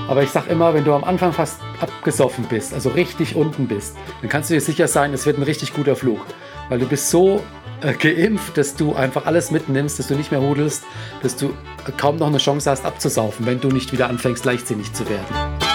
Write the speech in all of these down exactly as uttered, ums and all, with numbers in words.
Aber ich sag immer, wenn du am Anfang fast abgesoffen bist, also richtig unten bist, dann kannst du dir sicher sein, es wird ein richtig guter Flug. Weil du bist so äh, geimpft, dass du einfach alles mitnimmst, dass du nicht mehr hudelst, dass du kaum noch eine Chance hast abzusaufen, wenn du nicht wieder anfängst, leichtsinnig zu werden.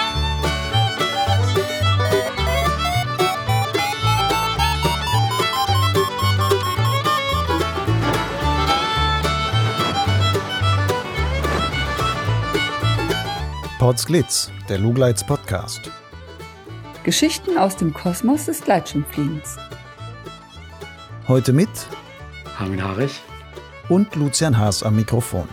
Podsglitz, der Lugleits Podcast. Geschichten aus dem Kosmos des Gleitschirmfliegens. Heute mit Armin Harich und Lucian Haas am Mikrofon.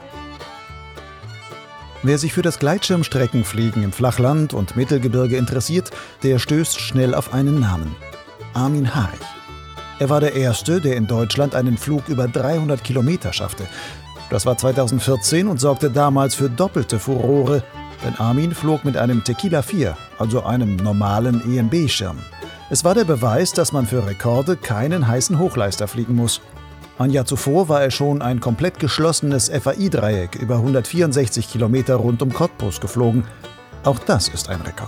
Wer sich für das Gleitschirmstreckenfliegen im Flachland und Mittelgebirge interessiert, der stößt schnell auf einen Namen: Armin Harich. Er war der Erste, der in Deutschland einen Flug über dreihundert Kilometer schaffte. Das war zweitausendvierzehn und sorgte damals für doppelte Furore, denn Armin flog mit einem Tequila vier, also einem normalen E M B-Schirm. Es war der Beweis, dass man für Rekorde keinen heißen Hochleister fliegen muss. Ein Jahr zuvor war er schon ein komplett geschlossenes F A I-Dreieck über hundertvierundsechzig Kilometer rund um Cottbus geflogen. Auch das ist ein Rekord.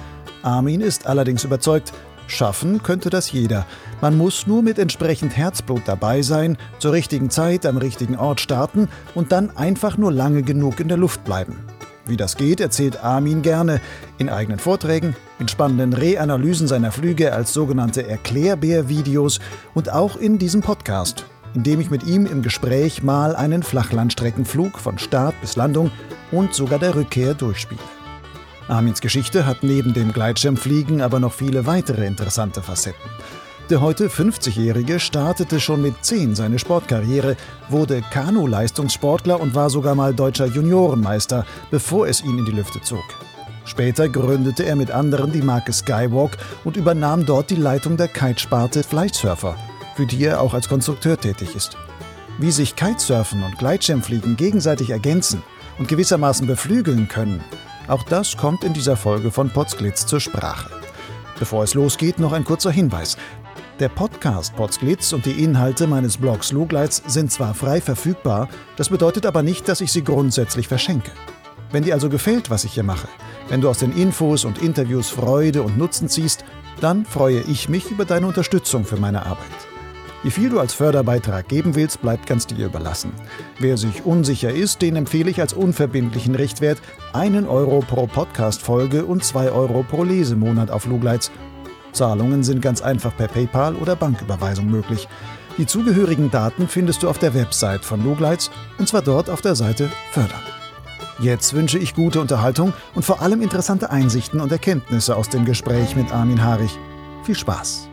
Armin ist allerdings überzeugt, schaffen könnte das jeder. Man muss nur mit entsprechend Herzblut dabei sein, zur richtigen Zeit am richtigen Ort starten und dann einfach nur lange genug in der Luft bleiben. Wie das geht, erzählt Armin gerne in eigenen Vorträgen, in spannenden Reanalysen seiner Flüge als sogenannte Erklärbär-Videos und auch in diesem Podcast, in dem ich mit ihm im Gespräch mal einen Flachlandstreckenflug von Start bis Landung und sogar der Rückkehr durchspiele. Armins Geschichte hat neben dem Gleitschirmfliegen aber noch viele weitere interessante Facetten. Der heute fünfzigjährige startete schon mit zehn seine Sportkarriere, wurde Kanu-Leistungssportler und war sogar mal deutscher Juniorenmeister, bevor es ihn in die Lüfte zog. Später gründete er mit anderen die Marke Skywalk und übernahm dort die Leitung der Kitesparte Flightsurfer, für die er auch als Konstrukteur tätig ist. Wie sich Kitesurfen und Gleitschirmfliegen gegenseitig ergänzen und gewissermaßen beflügeln können, auch das kommt in dieser Folge von Podsglitz zur Sprache. Bevor es losgeht, noch ein kurzer Hinweis. Der Podcast Podsglitz und die Inhalte meines Blogs Lugleits sind zwar frei verfügbar, das bedeutet aber nicht, dass ich sie grundsätzlich verschenke. Wenn dir also gefällt, was ich hier mache, wenn du aus den Infos und Interviews Freude und Nutzen ziehst, dann freue ich mich über deine Unterstützung für meine Arbeit. Wie viel du als Förderbeitrag geben willst, bleibt ganz dir überlassen. Wer sich unsicher ist, den empfehle ich als unverbindlichen Richtwert einen Euro pro Podcast-Folge und zwei Euro pro Lesemonat auf Lugleits. Zahlungen sind ganz einfach per PayPal oder Banküberweisung möglich. Die zugehörigen Daten findest du auf der Website von Lugleits und zwar dort auf der Seite Fördern. Jetzt wünsche ich gute Unterhaltung und vor allem interessante Einsichten und Erkenntnisse aus dem Gespräch mit Armin Harich. Viel Spaß!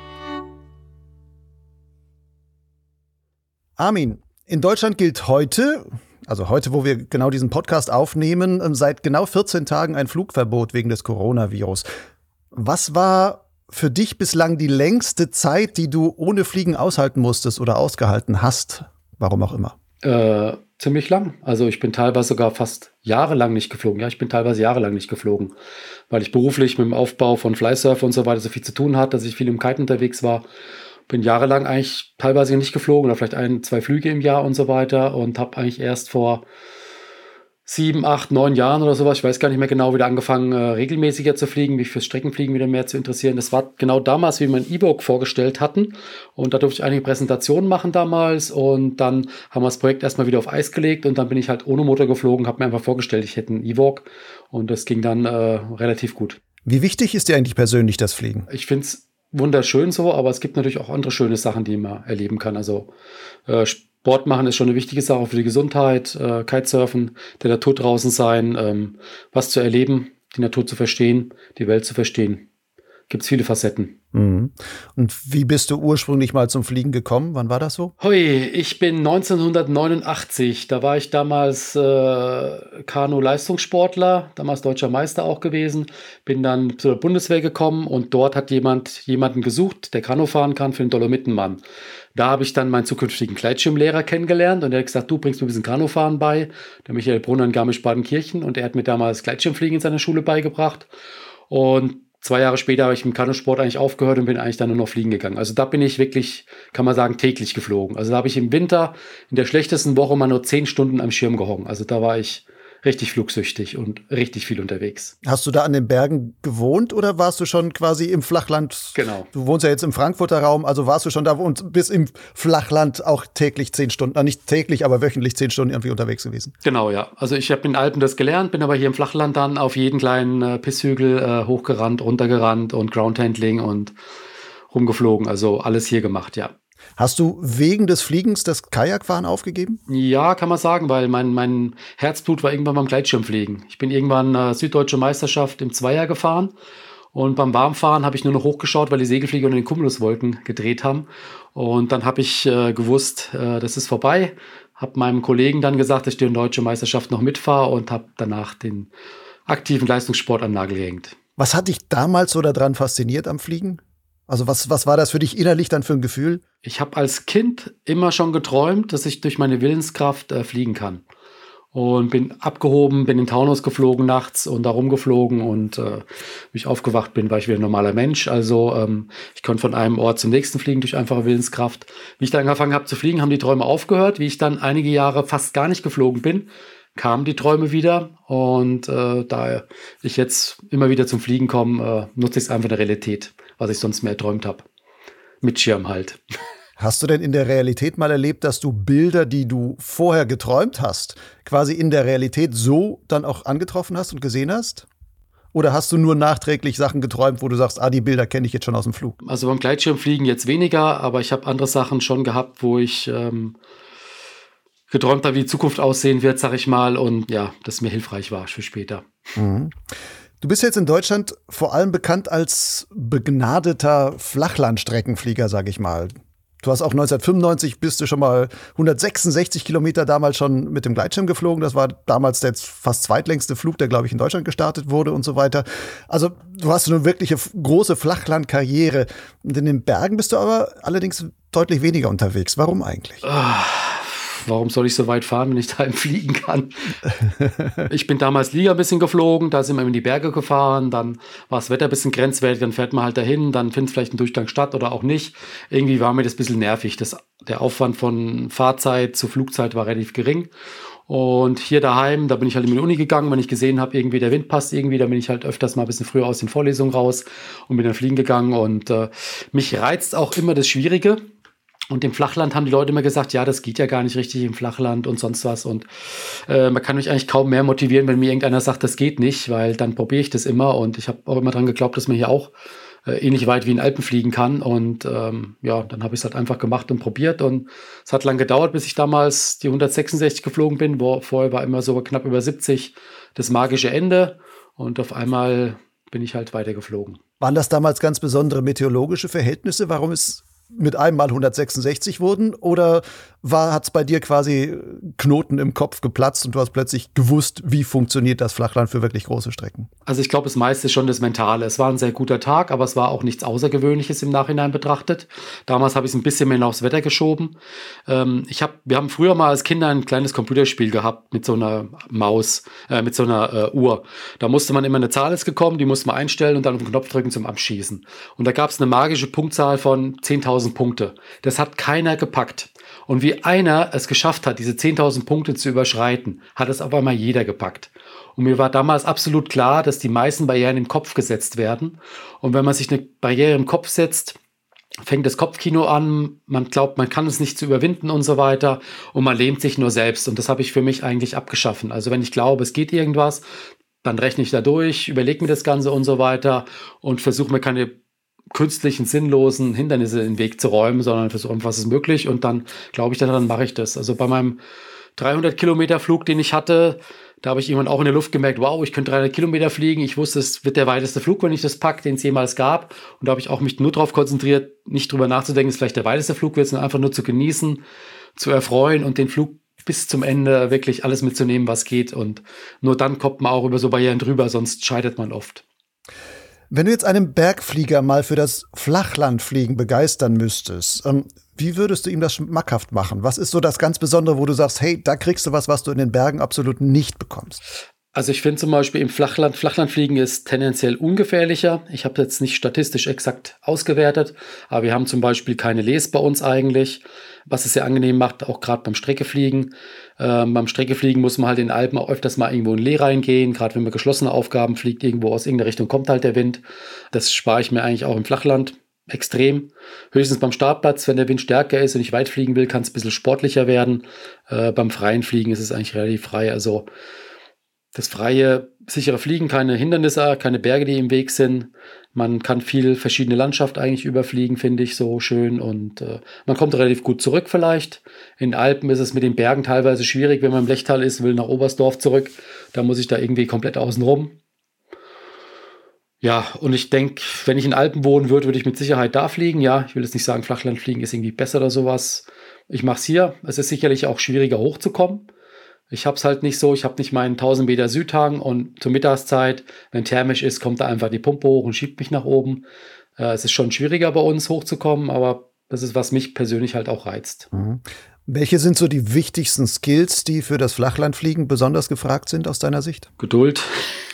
Armin, in Deutschland gilt heute, also heute, wo wir genau diesen Podcast aufnehmen, seit genau vierzehn Tagen ein Flugverbot wegen des Coronavirus. Was war für dich bislang die längste Zeit, die du ohne Fliegen aushalten musstest oder ausgehalten hast? Warum auch immer. Äh, ziemlich lang. Also ich bin teilweise sogar fast jahrelang nicht geflogen. Ja, ich bin teilweise jahrelang nicht geflogen, weil ich beruflich mit dem Aufbau von Flysurf und so weiter so viel zu tun hatte, dass ich viel im Kiten unterwegs war. Bin jahrelang eigentlich teilweise nicht geflogen oder vielleicht ein, zwei Flüge im Jahr und so weiter und habe eigentlich erst vor sieben, acht, neun Jahren oder sowas, ich weiß gar nicht mehr genau, wieder angefangen, äh, regelmäßiger zu fliegen, mich fürs Streckenfliegen wieder mehr zu interessieren. Das war genau damals, wie wir ein E-Book vorgestellt hatten und da durfte ich einige Präsentationen machen damals und dann haben wir das Projekt erstmal wieder auf Eis gelegt und dann bin ich halt ohne Motor geflogen, habe mir einfach vorgestellt, ich hätte ein E-Book und das ging dann äh, relativ gut. Wie wichtig ist dir eigentlich persönlich das Fliegen? Ich finde es wunderschön so, aber es gibt natürlich auch andere schöne Sachen, die man erleben kann. Also äh, Sport machen ist schon eine wichtige Sache für die Gesundheit, äh, Kitesurfen, der Natur draußen sein, ähm, was zu erleben, die Natur zu verstehen, die Welt zu verstehen. Gibt es viele Facetten. Mhm. Und wie bist du ursprünglich mal zum Fliegen gekommen? Wann war das so? Hui, ich bin neunzehnhundertneunundachtzig, da war ich damals äh, Kanu-Leistungssportler, damals deutscher Meister auch gewesen, bin dann zur Bundeswehr gekommen und dort hat jemand jemanden gesucht, der Kanu fahren kann für den Dolomittenmann. Da habe ich dann meinen zukünftigen Gleitschirmlehrer kennengelernt und er hat gesagt, du bringst mir ein bisschen Kanufahren bei, der Michael Brunner in Garmisch-Partenkirchen und er hat mir damals Gleitschirmfliegen in seiner Schule beigebracht und zwei Jahre später habe ich mit dem Kanusport eigentlich aufgehört und bin eigentlich dann nur noch fliegen gegangen. Also da bin ich wirklich, kann man sagen, täglich geflogen. Also da habe ich im Winter in der schlechtesten Woche mal nur zehn Stunden am Schirm gehongen. Also da war ich richtig flugsüchtig und richtig viel unterwegs. Hast du da an den Bergen gewohnt oder warst du schon quasi im Flachland? Genau. Du wohnst ja jetzt im Frankfurter Raum, also warst du schon da und bist im Flachland auch täglich zehn Stunden, na, nicht täglich, aber wöchentlich zehn Stunden irgendwie unterwegs gewesen? Genau, ja. Also ich habe in den Alpen das gelernt, bin aber hier im Flachland dann auf jeden kleinen äh, Pisshügel äh, hochgerannt, runtergerannt und Groundhandling und rumgeflogen. Also alles hier gemacht, ja. Hast du wegen des Fliegens das Kajakfahren aufgegeben? Ja, kann man sagen, weil mein, mein Herzblut war irgendwann beim Gleitschirmfliegen. Ich bin irgendwann äh, Süddeutsche Meisterschaft im Zweier gefahren und beim Warmfahren habe ich nur noch hochgeschaut, weil die Segelflieger unter den Cumuluswolken gedreht haben. Und dann habe ich äh, gewusst, äh, das ist vorbei. Habe meinem Kollegen dann gesagt, dass ich die Deutsche Meisterschaft noch mitfahre und habe danach den aktiven Leistungssport an den Nagel gehängt. Was hat dich damals so daran fasziniert am Fliegen? Also was, was war das für dich innerlich dann für ein Gefühl? Ich habe als Kind immer schon geträumt, dass ich durch meine Willenskraft äh, fliegen kann. Und bin abgehoben, bin in den Taunus geflogen nachts und da rumgeflogen und äh, wie ich aufgewacht bin, war ich wieder ein normaler Mensch. Also ähm, ich konnte von einem Ort zum nächsten fliegen durch einfache Willenskraft. Wie ich dann angefangen habe zu fliegen, haben die Träume aufgehört. Wie ich dann einige Jahre fast gar nicht geflogen bin, kamen die Träume wieder. Und äh, da ich jetzt immer wieder zum Fliegen komme, äh, nutze ich es einfach in der Realität, was ich sonst mehr erträumt habe. Mit Schirm halt. Hast du denn in der Realität mal erlebt, dass du Bilder, die du vorher geträumt hast, quasi in der Realität so dann auch angetroffen hast und gesehen hast? Oder hast du nur nachträglich Sachen geträumt, wo du sagst, ah, die Bilder kenne ich jetzt schon aus dem Flug? Also beim Gleitschirmfliegen jetzt weniger, aber ich habe andere Sachen schon gehabt, wo ich ähm, geträumt habe, wie die Zukunft aussehen wird, sag ich mal. Und ja, das mir hilfreich war für später. Mhm. Du bist jetzt in Deutschland vor allem bekannt als begnadeter Flachlandstreckenflieger, sag ich mal. Du hast auch neunzehnhundertfünfundneunzig bist du schon mal hundertsechsundsechzig Kilometer damals schon mit dem Gleitschirm geflogen. Das war damals der fast zweitlängste Flug, der, glaube ich, in Deutschland gestartet wurde und so weiter. Also du hast eine wirkliche große Flachlandkarriere. Und in den Bergen bist du aber allerdings deutlich weniger unterwegs. Warum eigentlich? Ah. Warum soll ich so weit fahren, wenn ich da fliegen kann? Ich bin damals Liga ein bisschen geflogen, da sind wir in die Berge gefahren, dann war das Wetter ein bisschen grenzwertig, dann fährt man halt dahin, dann findet vielleicht ein Durchgang statt oder auch nicht. Irgendwie war mir das ein bisschen nervig. Das, der Aufwand von Fahrzeit zu Flugzeit war relativ gering. Und hier daheim, da bin ich halt in die Uni gegangen, wenn ich gesehen habe, irgendwie der Wind passt irgendwie, dann bin ich halt öfters mal ein bisschen früher aus den Vorlesungen raus und bin dann fliegen gegangen. Und äh, mich reizt auch immer das Schwierige. Und im Flachland haben die Leute immer gesagt, ja, das geht ja gar nicht richtig im Flachland und sonst was. Und äh, man kann mich eigentlich kaum mehr motivieren, wenn mir irgendeiner sagt, das geht nicht, weil dann probiere ich das immer. Und ich habe auch immer dran geglaubt, dass man hier auch äh, ähnlich weit wie in Alpen fliegen kann. Und ähm, ja, dann habe ich es halt einfach gemacht und probiert. Und es hat lang gedauert, bis ich damals die hundertsechsundsechzig geflogen bin. Wo, vorher war immer so knapp über siebzig das magische Ende. Und auf einmal bin ich halt weiter geflogen. Waren das damals ganz besondere meteorologische Verhältnisse? Warum ist mit einem Mal hundertsechsundsechzig wurden? Oder hat es bei dir quasi Knoten im Kopf geplatzt und du hast plötzlich gewusst, wie funktioniert das Flachland für wirklich große Strecken? Also ich glaube, das meiste ist schon das Mentale. Es war ein sehr guter Tag, aber es war auch nichts Außergewöhnliches im Nachhinein betrachtet. Damals habe ich es ein bisschen mehr aufs Wetter geschoben. Ähm, ich hab, wir haben früher mal als Kinder ein kleines Computerspiel gehabt mit so einer Maus, äh, mit so einer äh, Uhr. Da musste man immer eine Zahl ist gekommen, die musste man einstellen und dann auf den Knopf drücken zum Abschießen. Und da gab es eine magische Punktzahl von zehntausend Punkte. Das hat keiner gepackt. Und wie einer es geschafft hat, diese zehntausend Punkte zu überschreiten, hat es auf einmal jeder gepackt. Und mir war damals absolut klar, dass die meisten Barrieren im Kopf gesetzt werden. Und wenn man sich eine Barriere im Kopf setzt, fängt das Kopfkino an, man glaubt, man kann es nicht zu überwinden und so weiter. Und man lähmt sich nur selbst. Und das habe ich für mich eigentlich abgeschaffen. Also wenn ich glaube, es geht irgendwas, dann rechne ich da durch, überlege mir das Ganze und so weiter und versuche mir keine künstlichen, sinnlosen Hindernisse in den Weg zu räumen, sondern versuche, was ist möglich und dann glaube ich, dann, dann mache ich das. Also bei meinem dreihundert Kilometer Flug, den ich hatte, da habe ich irgendwann auch in der Luft gemerkt, wow, ich könnte dreihundert Kilometer fliegen. Ich wusste, es wird der weiteste Flug, wenn ich das packe, den es jemals gab. Und da habe ich auch mich nur darauf konzentriert, nicht drüber nachzudenken, es ist vielleicht der weiteste Flug wird, sondern einfach nur zu genießen, zu erfreuen und den Flug bis zum Ende wirklich alles mitzunehmen, was geht. Und nur dann kommt man auch über so Barrieren drüber, sonst scheitert man oft. Wenn du jetzt einen Bergflieger mal für das Flachlandfliegen begeistern müsstest, ähm, wie würdest du ihm das schmackhaft machen? Was ist so das ganz Besondere, wo du sagst, hey, da kriegst du was, was du in den Bergen absolut nicht bekommst? Also ich finde zum Beispiel im Flachland, Flachlandfliegen ist tendenziell ungefährlicher. Ich habe jetzt nicht statistisch exakt ausgewertet, aber wir haben zum Beispiel keine Les bei uns eigentlich, was es sehr angenehm macht, auch gerade beim Streckefliegen. Ähm, beim Streckefliegen muss man halt in den Alpen auch öfters mal irgendwo in Lee reingehen, gerade wenn man geschlossene Aufgaben fliegt, irgendwo aus irgendeiner Richtung kommt halt der Wind. Das spare ich mir eigentlich auch im Flachland extrem. Höchstens beim Startplatz, wenn der Wind stärker ist und ich weit fliegen will, kann es ein bisschen sportlicher werden. Äh, beim freien Fliegen ist es eigentlich relativ frei, also das freie, sichere Fliegen, keine Hindernisse, keine Berge, die im Weg sind. Man kann viel verschiedene Landschaft eigentlich überfliegen, finde ich so schön. Und äh, man kommt relativ gut zurück vielleicht. In den Alpen ist es mit den Bergen teilweise schwierig, wenn man im Lechtal ist, will nach Oberstdorf zurück. Da muss ich da irgendwie komplett außen rum. Ja, und ich denke, wenn ich in den Alpen wohnen würde, würde ich mit Sicherheit da fliegen. Ja, ich will jetzt nicht sagen, Flachlandfliegen ist irgendwie besser oder sowas. Ich mache es hier. Es ist sicherlich auch schwieriger hochzukommen. Ich habe es halt nicht so, ich habe nicht meinen tausend Meter Südhang und zur Mittagszeit, wenn thermisch ist, kommt da einfach die Pumpe hoch und schiebt mich nach oben. Äh, es ist schon schwieriger bei uns hochzukommen, aber das ist, was mich persönlich halt auch reizt. Mhm. Welche sind so die wichtigsten Skills, die für das Flachlandfliegen besonders gefragt sind aus deiner Sicht? Geduld.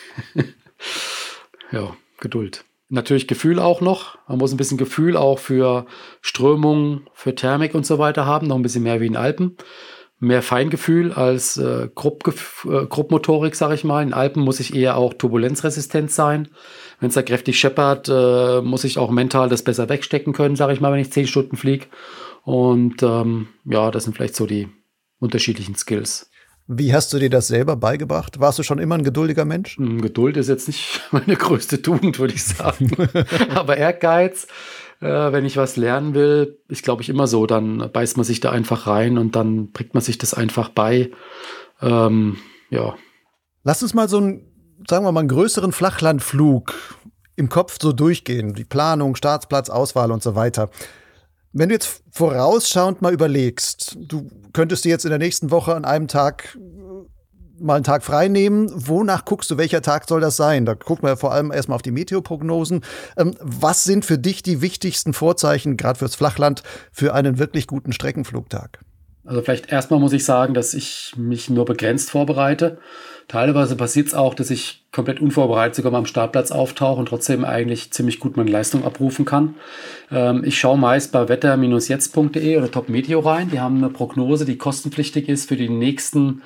Ja, Geduld. Natürlich Gefühl auch noch. Man muss ein bisschen Gefühl auch für Strömung, für Thermik und so weiter haben, noch ein bisschen mehr wie in den Alpen. Mehr Feingefühl als äh, Gruppgef- äh, Gruppmotorik, sage ich mal. In Alpen muss ich eher auch turbulenzresistent sein. Wenn es da kräftig scheppert, äh, muss ich auch mental das besser wegstecken können, sage ich mal, wenn ich zehn Stunden fliege. Und ähm, ja, das sind vielleicht so die unterschiedlichen Skills. Wie hast du dir das selber beigebracht? Warst du schon immer ein geduldiger Mensch? Geduld ist jetzt nicht meine größte Tugend, würde ich sagen. Aber Ehrgeiz, äh, wenn ich was lernen will, ist, glaube ich, immer so. Dann beißt man sich da einfach rein und dann bringt man sich das einfach bei. Ähm, ja. Lass uns mal so einen, sagen wir mal, einen größeren Flachlandflug im Kopf so durchgehen. Die Planung, Startplatz, Auswahl und so weiter. Wenn du jetzt vorausschauend mal überlegst, du könntest dir jetzt in der nächsten Woche an einem Tag mal einen Tag frei nehmen. Wonach guckst du, welcher Tag soll das sein? Da gucken wir vor allem erstmal auf die Meteoprognosen. Ähm, was sind für dich die wichtigsten Vorzeichen, gerade fürs Flachland, für einen wirklich guten Streckenflugtag? Also vielleicht erstmal muss ich sagen, dass ich mich nur begrenzt vorbereite. Teilweise passiert es auch, dass ich komplett unvorbereitet sogar mal am Startplatz auftauche und trotzdem eigentlich ziemlich gut meine Leistung abrufen kann. Ähm, ich schaue meist bei wetter Bindestrich jetzt punkt de oder Top Meteo rein. Die haben eine Prognose, die kostenpflichtig ist für die nächsten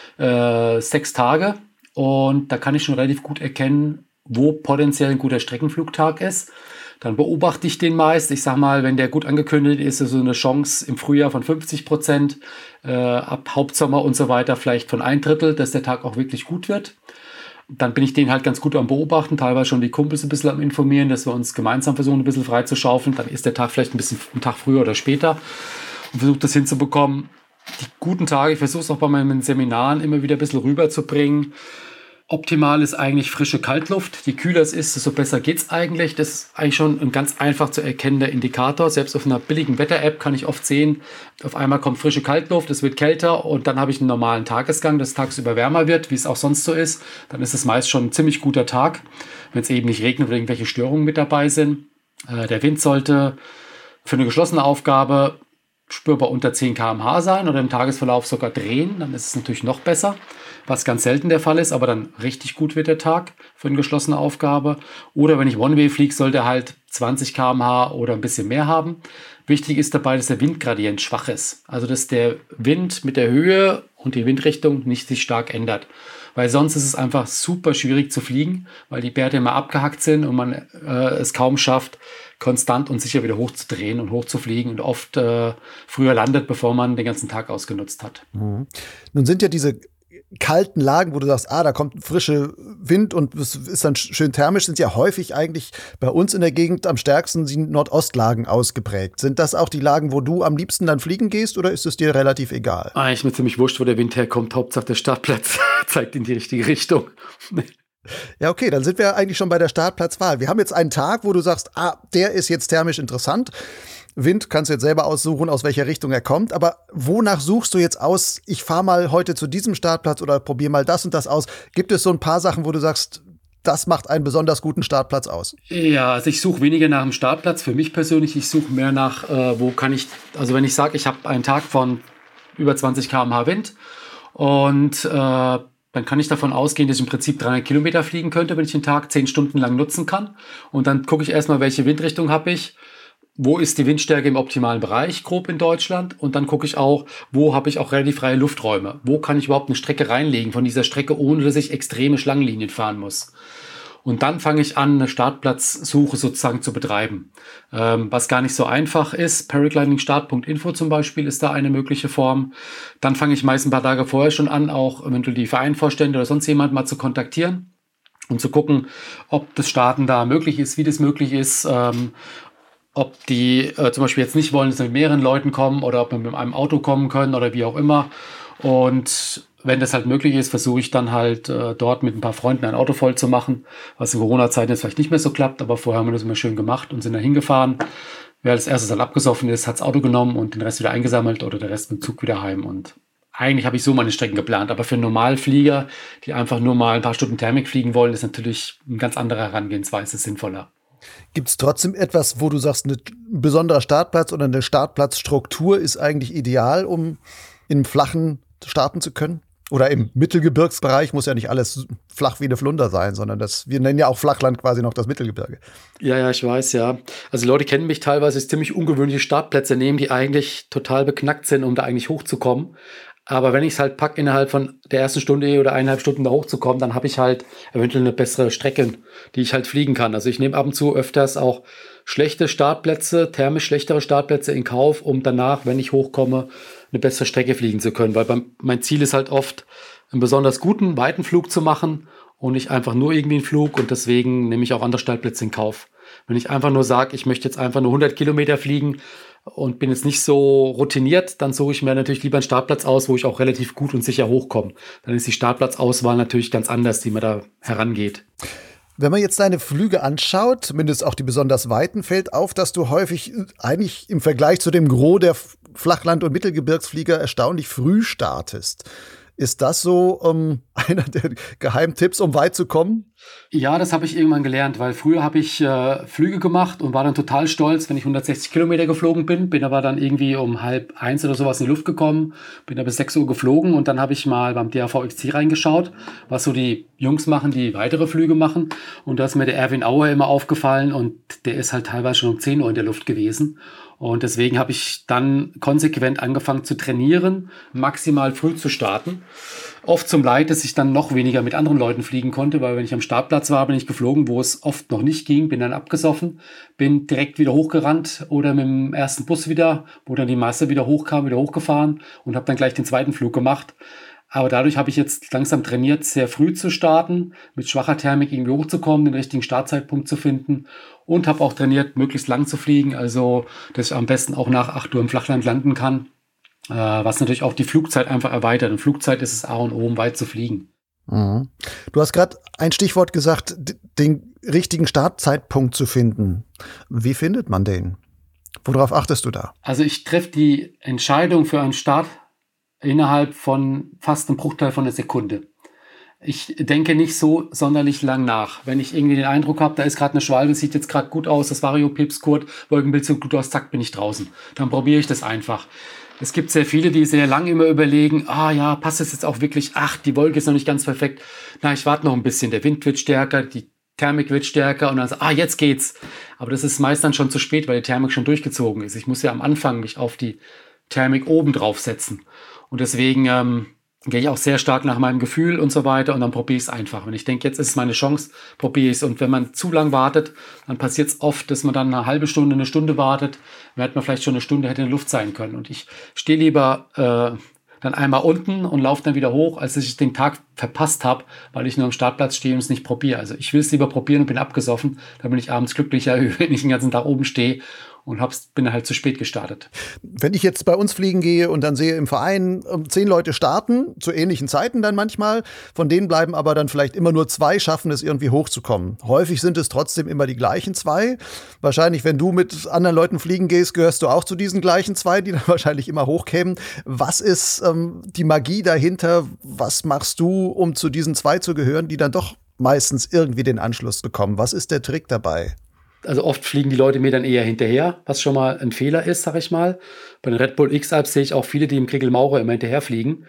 äh, sechs Tage. Und da kann ich schon relativ gut erkennen, wo potenziell ein guter Streckenflugtag ist. Dann beobachte ich den meist. Ich sag mal, wenn der gut angekündigt ist, ist so eine Chance im Frühjahr von fünfzig Prozent, äh, ab Hauptsommer und so weiter vielleicht von ein Drittel, dass der Tag auch wirklich gut wird. Dann bin ich den halt ganz gut am Beobachten, teilweise schon die Kumpels ein bisschen am Informieren, dass wir uns gemeinsam versuchen, ein bisschen frei zu schaufeln. Dann ist der Tag vielleicht ein bisschen einen Tag früher oder später und versuche das hinzubekommen. Die guten Tage, ich versuche es auch bei meinen Seminaren immer wieder ein bisschen rüberzubringen. Optimal ist eigentlich frische Kaltluft. Je kühler es ist, desto besser geht es eigentlich. Das ist eigentlich schon ein ganz einfach zu erkennender Indikator. Selbst auf einer billigen Wetter-App kann ich oft sehen, auf einmal kommt frische Kaltluft, es wird kälter und dann habe ich einen normalen Tagesgang, dass es tagsüber wärmer wird, wie es auch sonst so ist. Dann ist es meist schon ein ziemlich guter Tag, wenn es eben nicht regnet oder irgendwelche Störungen mit dabei sind. Äh, der Wind sollte für eine geschlossene Aufgabe spürbar unter zehn Kilometer pro Stunde sein oder im Tagesverlauf sogar drehen. Dann ist es natürlich noch besser, was ganz selten der Fall ist, aber dann richtig gut wird der Tag für eine geschlossene Aufgabe. Oder wenn ich One-Way fliege, sollte er halt zwanzig Kilometer pro Stunde oder ein bisschen mehr haben. Wichtig ist dabei, dass der Windgradient schwach ist. Also dass der Wind mit der Höhe und die Windrichtung nicht sich stark ändert. Weil sonst ist es einfach super schwierig zu fliegen, weil die Bärte immer abgehackt sind und man äh, es kaum schafft, konstant und sicher wieder hochzudrehen und hochzufliegen und oft äh, früher landet, bevor man den ganzen Tag ausgenutzt hat. Mhm. Nun sind ja diese kalten Lagen, wo du sagst, ah, da kommt frische Wind und es ist dann schön thermisch, sind ja häufig eigentlich bei uns in der Gegend am stärksten die Nordostlagen ausgeprägt. Sind das auch die Lagen, wo du am liebsten dann fliegen gehst oder ist es dir relativ egal? Eigentlich mir ziemlich wurscht, wo der Wind herkommt. Hauptsache der Startplatz zeigt in die richtige Richtung. Ja, okay, dann sind wir eigentlich schon bei der Startplatzwahl. Wir haben jetzt einen Tag, wo du sagst, ah, der ist jetzt thermisch interessant. Wind kannst du jetzt selber aussuchen, aus welcher Richtung er kommt. Aber wonach suchst du jetzt aus, ich fahre mal heute zu diesem Startplatz oder probiere mal das und das aus? Gibt es so ein paar Sachen, wo du sagst, das macht einen besonders guten Startplatz aus? Ja, also ich suche weniger nach dem Startplatz. Für mich persönlich, ich suche mehr nach, äh, wo kann ich, also wenn ich sage, ich habe einen Tag von über zwanzig Kilometer pro Stunde Wind und äh, dann kann ich davon ausgehen, dass ich im Prinzip dreihundert Kilometer fliegen könnte, wenn ich den Tag zehn Stunden lang nutzen kann. Und dann gucke ich erstmal, welche Windrichtung habe ich, wo ist die Windstärke im optimalen Bereich, grob in Deutschland. Und dann gucke ich auch, wo habe ich auch relativ freie Lufträume. Wo kann ich überhaupt eine Strecke reinlegen von dieser Strecke, ohne dass ich extreme Schlangenlinien fahren muss. Und dann fange ich an, eine Startplatzsuche sozusagen zu betreiben. Ähm, was gar nicht so einfach ist. Paragliding-Start Punkt info zum Beispiel ist da eine mögliche Form. Dann fange ich meist ein paar Tage vorher schon an, auch eventuell die Vereinvorstände oder sonst jemand mal zu kontaktieren und zu gucken, ob das Starten da möglich ist, wie das möglich ist, ähm, ob die äh, zum Beispiel jetzt nicht wollen, dass wir mit mehreren Leuten kommen oder ob wir mit einem Auto kommen können oder wie auch immer. Und wenn das halt möglich ist, versuche ich dann halt äh, dort mit ein paar Freunden ein Auto voll zu machen, was in Corona-Zeiten jetzt vielleicht nicht mehr so klappt, aber vorher haben wir das immer schön gemacht und sind da hingefahren. Wer als erstes dann abgesoffen ist, hat das Auto genommen und den Rest wieder eingesammelt oder der Rest mit dem Zug wieder heim. Und eigentlich habe ich so meine Strecken geplant, aber für einen Normalflieger, die einfach nur mal ein paar Stunden Thermik fliegen wollen, ist natürlich eine ganz andere Herangehensweise sinnvoller. Gibt es trotzdem etwas, wo du sagst, ein besonderer Startplatz oder eine Startplatzstruktur ist eigentlich ideal, um im Flachen starten zu können? Oder im Mittelgebirgsbereich muss ja nicht alles flach wie eine Flunder sein, sondern das, wir nennen ja auch Flachland quasi noch das Mittelgebirge. Ja, ja, ich weiß, ja. Also die Leute kennen mich teilweise, dass ziemlich ungewöhnliche Startplätze nehmen, die eigentlich total beknackt sind, um da eigentlich hochzukommen. Aber wenn ich es halt packe, innerhalb von der ersten Stunde oder eineinhalb Stunden da hochzukommen, dann habe ich halt eventuell eine bessere Strecke, die ich halt fliegen kann. Also ich nehme ab und zu öfters auch schlechte Startplätze, thermisch schlechtere Startplätze in Kauf, um danach, wenn ich hochkomme, eine bessere Strecke fliegen zu können. Weil beim, mein Ziel ist halt oft, einen besonders guten, weiten Flug zu machen und nicht einfach nur irgendwie einen Flug. Und deswegen nehme ich auch andere Startplätze in Kauf. Wenn ich einfach nur sage, ich möchte jetzt einfach nur hundert Kilometer fliegen und bin jetzt nicht so routiniert, dann suche ich mir natürlich lieber einen Startplatz aus, wo ich auch relativ gut und sicher hochkomme. Dann ist die Startplatzauswahl natürlich ganz anders, wie man da herangeht. Wenn man jetzt deine Flüge anschaut, zumindest auch die besonders weiten, fällt auf, dass du häufig eigentlich im Vergleich zu dem Gros der Flachland- und Mittelgebirgsflieger erstaunlich früh startest. Ist das so ähm, einer der Geheimtipps, um weit zu kommen? Ja, das habe ich irgendwann gelernt, weil früher habe ich äh, Flüge gemacht und war dann total stolz, wenn ich hundertsechzig Kilometer geflogen bin. Bin aber dann irgendwie um halb eins oder sowas in die Luft gekommen, bin da bis sechs Uhr geflogen und dann habe ich mal beim D A V X C reingeschaut, was so die Jungs machen, die weitere Flüge machen. Und da ist mir der Erwin Auer immer aufgefallen und der ist halt teilweise schon um zehn Uhr in der Luft gewesen. Und deswegen habe ich dann konsequent angefangen zu trainieren, maximal früh zu starten. Oft zum Leid, dass ich dann noch weniger mit anderen Leuten fliegen konnte, weil wenn ich am Startplatz war, bin ich geflogen, wo es oft noch nicht ging, bin dann abgesoffen, bin direkt wieder hochgerannt oder mit dem ersten Bus wieder, wo dann die Masse wieder hochkam, wieder hochgefahren und habe dann gleich den zweiten Flug gemacht. Aber dadurch habe ich jetzt langsam trainiert, sehr früh zu starten, mit schwacher Thermik irgendwie hochzukommen, den richtigen Startzeitpunkt zu finden und habe auch trainiert, möglichst lang zu fliegen, also dass ich am besten auch nach acht Uhr im Flachland landen kann, äh, was natürlich auch die Flugzeit einfach erweitert. Und Flugzeit ist es A und O, um weit zu fliegen. Mhm. Du hast gerade ein Stichwort gesagt, d- den richtigen Startzeitpunkt zu finden. Wie findet man den? Worauf achtest du da? Also ich treffe die Entscheidung für einen Start innerhalb von fast einem Bruchteil von einer Sekunde. Ich denke nicht so sonderlich lang nach. Wenn ich irgendwie den Eindruck habe, da ist gerade eine Schwalbe, sieht jetzt gerade gut aus, das Variopips gut, Wolkenbild sieht gut aus, zack, bin ich draußen. Dann probiere ich das einfach. Es gibt sehr viele, die sehr lang immer überlegen, ah ja, passt das jetzt auch wirklich? Ach, die Wolke ist noch nicht ganz perfekt. Na, ich warte noch ein bisschen, der Wind wird stärker, die Thermik wird stärker und dann so, ah, jetzt geht's. Aber das ist meist dann schon zu spät, weil die Thermik schon durchgezogen ist. Ich muss ja am Anfang mich auf die Thermik oben drauf setzen. Und deswegen ähm, gehe ich auch sehr stark nach meinem Gefühl und so weiter und dann probiere ich es einfach. Wenn ich denke, jetzt ist es meine Chance, probiere ich es. Und wenn man zu lang wartet, dann passiert es oft, dass man dann eine halbe Stunde, eine Stunde wartet. Dann hätte man vielleicht schon eine Stunde, hätte in der Luft sein können. Und ich stehe lieber äh, dann einmal unten und laufe dann wieder hoch, als dass ich den Tag verpasst habe, weil ich nur am Startplatz stehe und es nicht probiere. Also ich will es lieber probieren und bin abgesoffen. Dann bin ich abends glücklicher, wenn ich den ganzen Tag oben stehe und hab's, bin halt zu spät gestartet. Wenn ich jetzt bei uns fliegen gehe und dann sehe im Verein zehn Leute starten, zu ähnlichen Zeiten dann manchmal, von denen bleiben aber dann vielleicht immer nur zwei schaffen, es irgendwie hochzukommen. Häufig sind es trotzdem immer die gleichen zwei. Wahrscheinlich, wenn du mit anderen Leuten fliegen gehst, gehörst du auch zu diesen gleichen zwei, die dann wahrscheinlich immer hochkämen. Was ist ähm, die Magie dahinter? Was machst du, um zu diesen zwei zu gehören, die dann doch meistens irgendwie den Anschluss bekommen? Was ist der Trick dabei? Also oft fliegen die Leute mir dann eher hinterher, was schon mal ein Fehler ist, sag ich mal. Bei den Red Bull X-Alps sehe ich auch viele, die im Kriegelmaurer immer hinterher fliegen.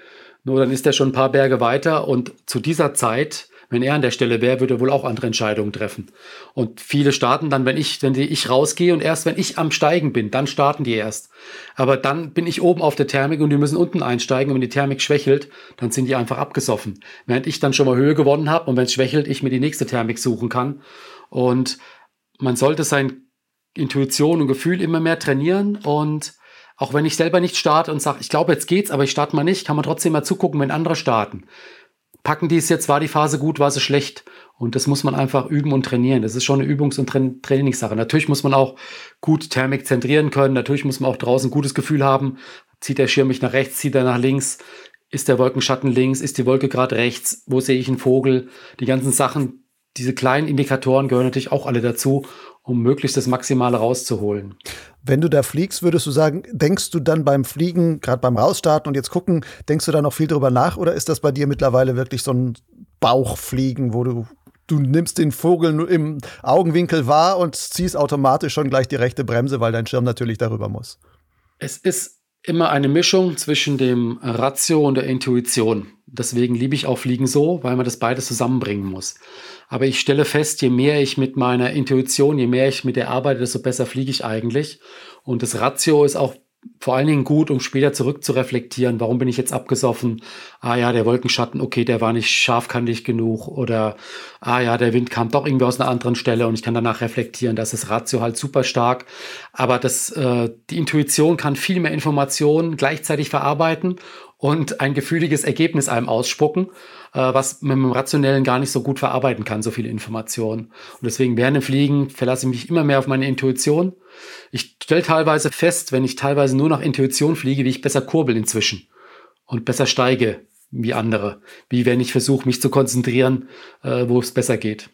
Nur dann ist er schon ein paar Berge weiter und zu dieser Zeit, wenn er an der Stelle wäre, würde er wohl auch andere Entscheidungen treffen. Und viele starten dann, wenn ich, wenn die, ich rausgehe und erst wenn ich am Steigen bin, dann starten die erst. Aber dann bin ich oben auf der Thermik und die müssen unten einsteigen und wenn die Thermik schwächelt, dann sind die einfach abgesoffen. Während ich dann schon mal Höhe gewonnen habe und wenn es schwächelt, ich mir die nächste Thermik suchen kann. Und man sollte seine Intuition und Gefühl immer mehr trainieren und auch wenn ich selber nicht starte und sage, ich glaube, jetzt geht's, aber ich starte mal nicht, kann man trotzdem mal zugucken, wenn andere starten. Packen die es jetzt, war die Phase gut, war sie schlecht? Und das muss man einfach üben und trainieren. Das ist schon eine Übungs- und Tra- Trainingssache. Natürlich muss man auch gut Thermik zentrieren können. Natürlich muss man auch draußen ein gutes Gefühl haben. Zieht der Schirm mich nach rechts, zieht er nach links? Ist der Wolkenschatten links? Ist die Wolke gerade rechts? Wo sehe ich einen Vogel? Die ganzen Sachen, diese kleinen Indikatoren gehören natürlich auch alle dazu, um möglichst das Maximale rauszuholen. Wenn du da fliegst, würdest du sagen, denkst du dann beim Fliegen, gerade beim Rausstarten und jetzt gucken, denkst du da noch viel drüber nach oder ist das bei dir mittlerweile wirklich so ein Bauchfliegen, wo du, du nimmst den Vogel nur im Augenwinkel wahr und ziehst automatisch schon gleich die rechte Bremse, weil dein Schirm natürlich darüber muss? Es ist immer eine Mischung zwischen dem Ratio und der Intuition. Deswegen liebe ich auch Fliegen so, weil man das beides zusammenbringen muss. Aber ich stelle fest, je mehr ich mit meiner Intuition, je mehr ich mit der arbeite, desto besser fliege ich eigentlich. Und das Ratio ist auch vor allen Dingen gut, um später zurück zu reflektieren. Warum bin ich jetzt abgesoffen? Ah ja, der Wolkenschatten, okay, der war nicht scharfkantig genug. Oder ah ja, der Wind kam doch irgendwie aus einer anderen Stelle und ich kann danach reflektieren. Da ist das Ratio halt super stark. Aber das, äh, die Intuition kann viel mehr Informationen gleichzeitig verarbeiten und ein gefühliges Ergebnis einem ausspucken, äh, was man mit dem Rationellen gar nicht so gut verarbeiten kann, so viele Informationen. Und deswegen während dem Fliegen verlasse ich mich immer mehr auf meine Intuition. Ich stelle teilweise fest, wenn ich teilweise nur nach Intuition fliege, wie ich besser kurbel inzwischen und besser steige wie andere. Wie wenn ich versuche, mich zu konzentrieren, äh, wo es besser geht.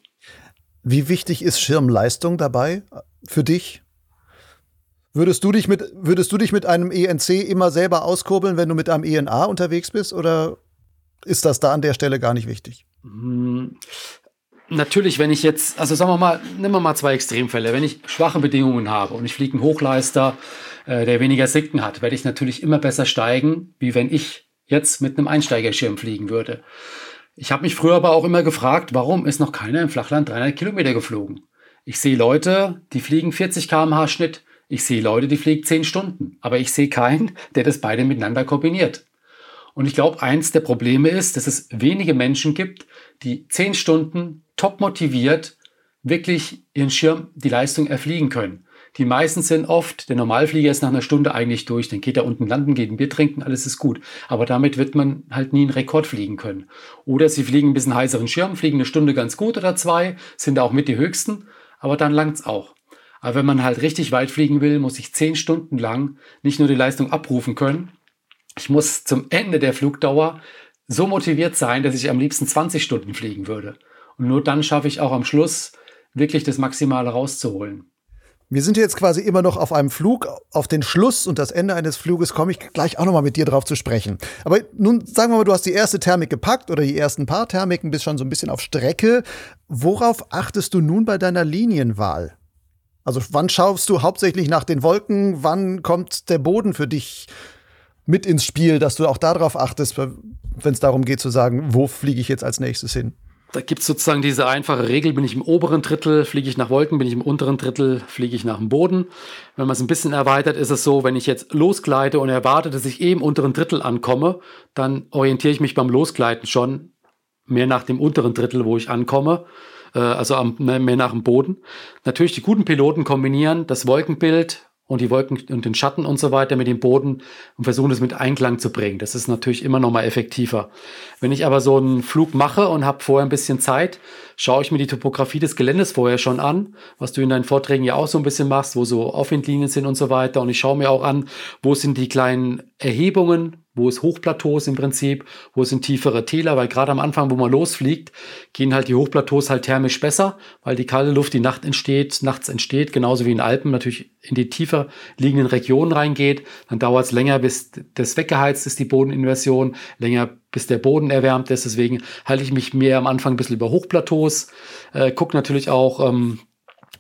Wie wichtig ist Schirmleistung dabei für dich? Würdest du dich mit, würdest du dich mit einem E N C immer selber auskurbeln, wenn du mit einem E N A unterwegs bist? Oder ist das da an der Stelle gar nicht wichtig? Hm, natürlich, wenn ich jetzt, also sagen wir mal, nehmen wir mal zwei Extremfälle. Wenn ich schwache Bedingungen habe und ich fliege einen Hochleister, äh, der weniger Sinken hat, werde ich natürlich immer besser steigen, wie wenn ich jetzt mit einem Einsteigerschirm fliegen würde. Ich habe mich früher aber auch immer gefragt, warum ist noch keiner im Flachland dreihundert Kilometer geflogen? Ich sehe Leute, die fliegen vierzig Kilometer pro Stunde Schnitt. Ich sehe Leute, die fliegen zehn Stunden, aber ich sehe keinen, der das beide miteinander kombiniert. Und ich glaube, eins der Probleme ist, dass es wenige Menschen gibt, die zehn Stunden top motiviert wirklich ihren Schirm die Leistung erfliegen können. Die meisten sind oft, der Normalflieger ist nach einer Stunde eigentlich durch, dann geht er unten landen, geht ein Bier trinken, alles ist gut. Aber damit wird man halt nie einen Rekord fliegen können. Oder sie fliegen ein bisschen heißeren Schirm, fliegen eine Stunde ganz gut oder zwei, sind auch mit die höchsten, aber dann langt's auch. Aber wenn man halt richtig weit fliegen will, muss ich zehn Stunden lang nicht nur die Leistung abrufen können, ich muss zum Ende der Flugdauer so motiviert sein, dass ich am liebsten zwanzig Stunden fliegen würde. Und nur dann schaffe ich auch am Schluss wirklich das Maximale rauszuholen. Wir sind jetzt quasi immer noch auf einem Flug. Auf den Schluss und das Ende eines Fluges komme ich gleich auch noch mal mit dir drauf zu sprechen. Aber nun sagen wir mal, du hast die erste Thermik gepackt oder die ersten paar Thermiken, bist schon so ein bisschen auf Strecke. Worauf achtest du nun bei deiner Linienwahl? Also wann schaust du hauptsächlich nach den Wolken? Wann kommt der Boden für dich mit ins Spiel, dass du auch darauf achtest, wenn es darum geht zu sagen, wo fliege ich jetzt als nächstes hin? Da gibt es sozusagen diese einfache Regel, bin ich im oberen Drittel, fliege ich nach Wolken, bin ich im unteren Drittel, fliege ich nach dem Boden. Wenn man es ein bisschen erweitert, ist es so, wenn ich jetzt losgleite und erwarte, dass ich eh im unteren Drittel ankomme, dann orientiere ich mich beim Losgleiten schon mehr nach dem unteren Drittel, wo ich ankomme. Also am, mehr nach dem Boden. Natürlich die guten Piloten kombinieren das Wolkenbild und die Wolken und den Schatten und so weiter mit dem Boden und versuchen es mit Einklang zu bringen. Das ist natürlich immer noch mal effektiver. Wenn ich aber so einen Flug mache und habe vorher ein bisschen Zeit, schaue ich mir die Topografie des Geländes vorher schon an, was du in deinen Vorträgen ja auch so ein bisschen machst, wo so Aufwindlinien sind und so weiter. Und ich schaue mir auch an, wo sind die kleinen Erhebungen, wo es Hochplateaus im Prinzip, wo sind tiefere Täler, weil gerade am Anfang, wo man losfliegt, gehen halt die Hochplateaus halt thermisch besser, weil die kalte Luft, die Nacht entsteht, nachts entsteht, genauso wie in Alpen natürlich in die tiefer liegenden Regionen reingeht. Dann dauert es länger, bis das weggeheizt ist, die Bodeninversion, länger, bis der Boden erwärmt ist. Deswegen halte ich mich mehr am Anfang ein bisschen über Hochplateaus, äh, gucke natürlich auch, ähm,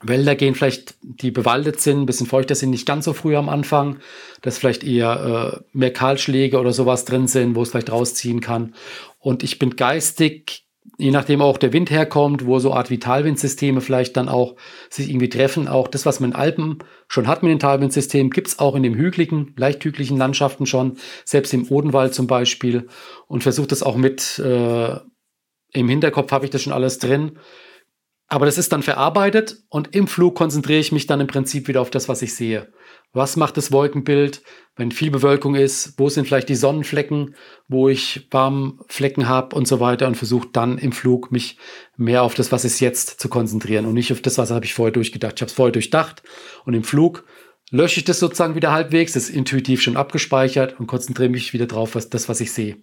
Wälder gehen vielleicht, die bewaldet sind, ein bisschen feuchter sind, nicht ganz so früh am Anfang, dass vielleicht eher äh, mehr Kahlschläge oder sowas drin sind, wo es vielleicht rausziehen kann. Und ich bin geistig, je nachdem auch der Wind herkommt, wo so Art wie Talwindsysteme vielleicht dann auch sich irgendwie treffen, auch das, was man in Alpen schon hat mit den Talwindsystemen, gibt es auch in den hügeligen, leicht hügeligen Landschaften schon, selbst im Odenwald zum Beispiel, und versuche das auch mit, äh, im Hinterkopf habe ich das schon alles drin. Aber das ist dann verarbeitet und im Flug konzentriere ich mich dann im Prinzip wieder auf das, was ich sehe. Was macht das Wolkenbild, wenn viel Bewölkung ist? Wo sind vielleicht die Sonnenflecken, wo ich Warmflecken habe und so weiter, und versuche dann im Flug mich mehr auf das, was ist jetzt, zu konzentrieren und nicht auf das, was habe ich vorher durchgedacht. Ich habe es vorher durchdacht und im Flug lösche ich das sozusagen wieder halbwegs, das ist intuitiv schon abgespeichert, und konzentriere mich wieder drauf, was das, was ich sehe.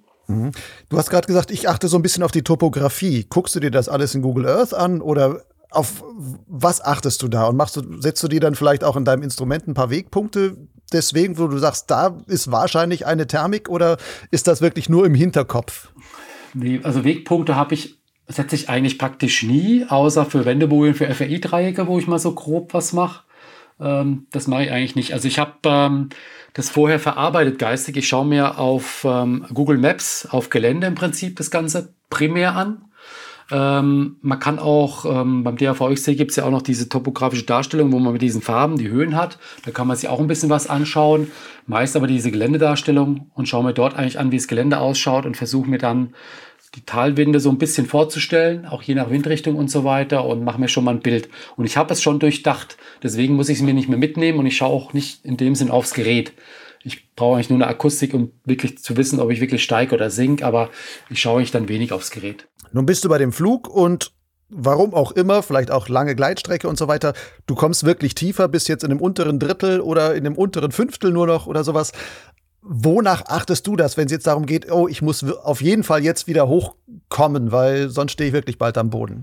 Du hast gerade gesagt, ich achte so ein bisschen auf die Topografie. Guckst du dir das alles in Google Earth an oder auf was achtest du da? Und machst du, setzt du dir dann vielleicht auch in deinem Instrument ein paar Wegpunkte deswegen, wo du sagst, da ist wahrscheinlich eine Thermik, oder ist das wirklich nur im Hinterkopf? Nee, also Wegpunkte habe ich, setze ich eigentlich praktisch nie, außer für Wendebojen, für F R I-Dreiecke, wo ich mal so grob was mache. Ähm, das mache ich eigentlich nicht. Also ich habe ähm, das vorher verarbeitet geistig. Ich schaue mir auf ähm, Google Maps, auf Gelände im Prinzip das Ganze primär an. Ähm, man kann auch, ähm, beim D A V X C gibt es ja auch noch diese topografische Darstellung, wo man mit diesen Farben die Höhen hat. Da kann man sich auch ein bisschen was anschauen. Meist aber diese Geländedarstellung, und schaue mir dort eigentlich an, wie das Gelände ausschaut, und versuche mir dann die Talwinde so ein bisschen vorzustellen, auch je nach Windrichtung und so weiter, und mache mir schon mal ein Bild. Und ich habe es schon durchdacht, deswegen muss ich es mir nicht mehr mitnehmen, und ich schaue auch nicht in dem Sinn aufs Gerät. Ich brauche eigentlich nur eine Akustik, um wirklich zu wissen, ob ich wirklich steige oder sink, aber ich schaue eigentlich dann wenig aufs Gerät. Nun bist du bei dem Flug und warum auch immer, vielleicht auch lange Gleitstrecke und so weiter, du kommst wirklich tiefer, bist jetzt in dem unteren Drittel oder in dem unteren Fünftel nur noch oder sowas. Wonach achtest du das, wenn es jetzt darum geht, oh, ich muss auf jeden Fall jetzt wieder hochkommen, weil sonst stehe ich wirklich bald am Boden?